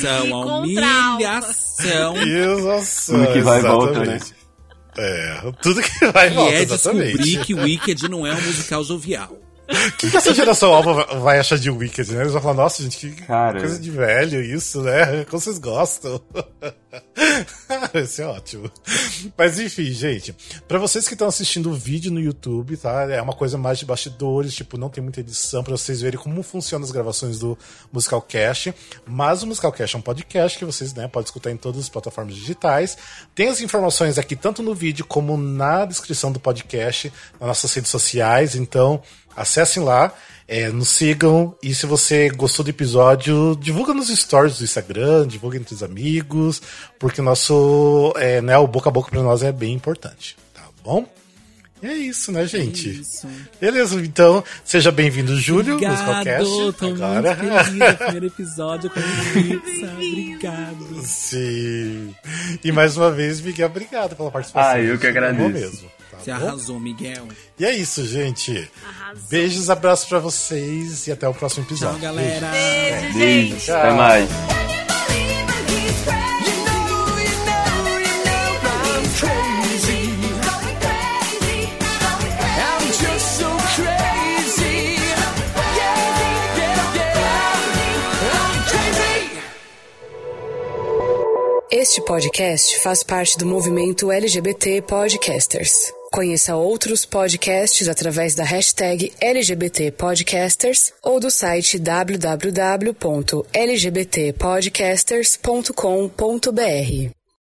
Tudo que vai e volta, né? Tudo que vai e volta, E exatamente. descobrir que Wicked não é um musical jovial. O que essa geração alva vai achar de Wicked, né? Eles vão falar, nossa, gente, que coisa de velho isso, né? Como vocês gostam. Vai ser ótimo. Mas enfim, gente, pra vocês que estão assistindo o vídeo no YouTube, tá? É uma coisa mais de bastidores, tipo, não tem muita edição pra vocês verem como funcionam as gravações do Musicalcast. Mas o Musicalcast é um podcast que vocês, né, podem escutar em todas as plataformas digitais. Tem as informações aqui, tanto no vídeo como na descrição do podcast, nas nossas redes sociais, então acessem lá, nos sigam, e se você gostou do episódio, divulga nos stories do Instagram, divulga entre os amigos, porque o nosso, o boca a boca pra nós é bem importante, tá bom? E é isso, né, gente? Isso. Beleza, então, seja bem-vindo, Júlio. Obrigado, tô agora. muito feliz, primeiro episódio com a pizza, obrigado. Sim. E mais uma vez, Miguel, obrigado pela participação. Eu que agradeço. Mesmo. Você arrasou, Miguel. E é isso, gente. Arrasou. Beijos, abraços pra vocês e até o próximo episódio. Tchau, galera. Beijo, Beijo. gente. Até mais. I'm just so crazy. Este podcast faz parte do movimento LGBT Podcasters. Conheça outros podcasts através da hashtag LGBT Podcasters ou do site www.lgbtpodcasters.com.br.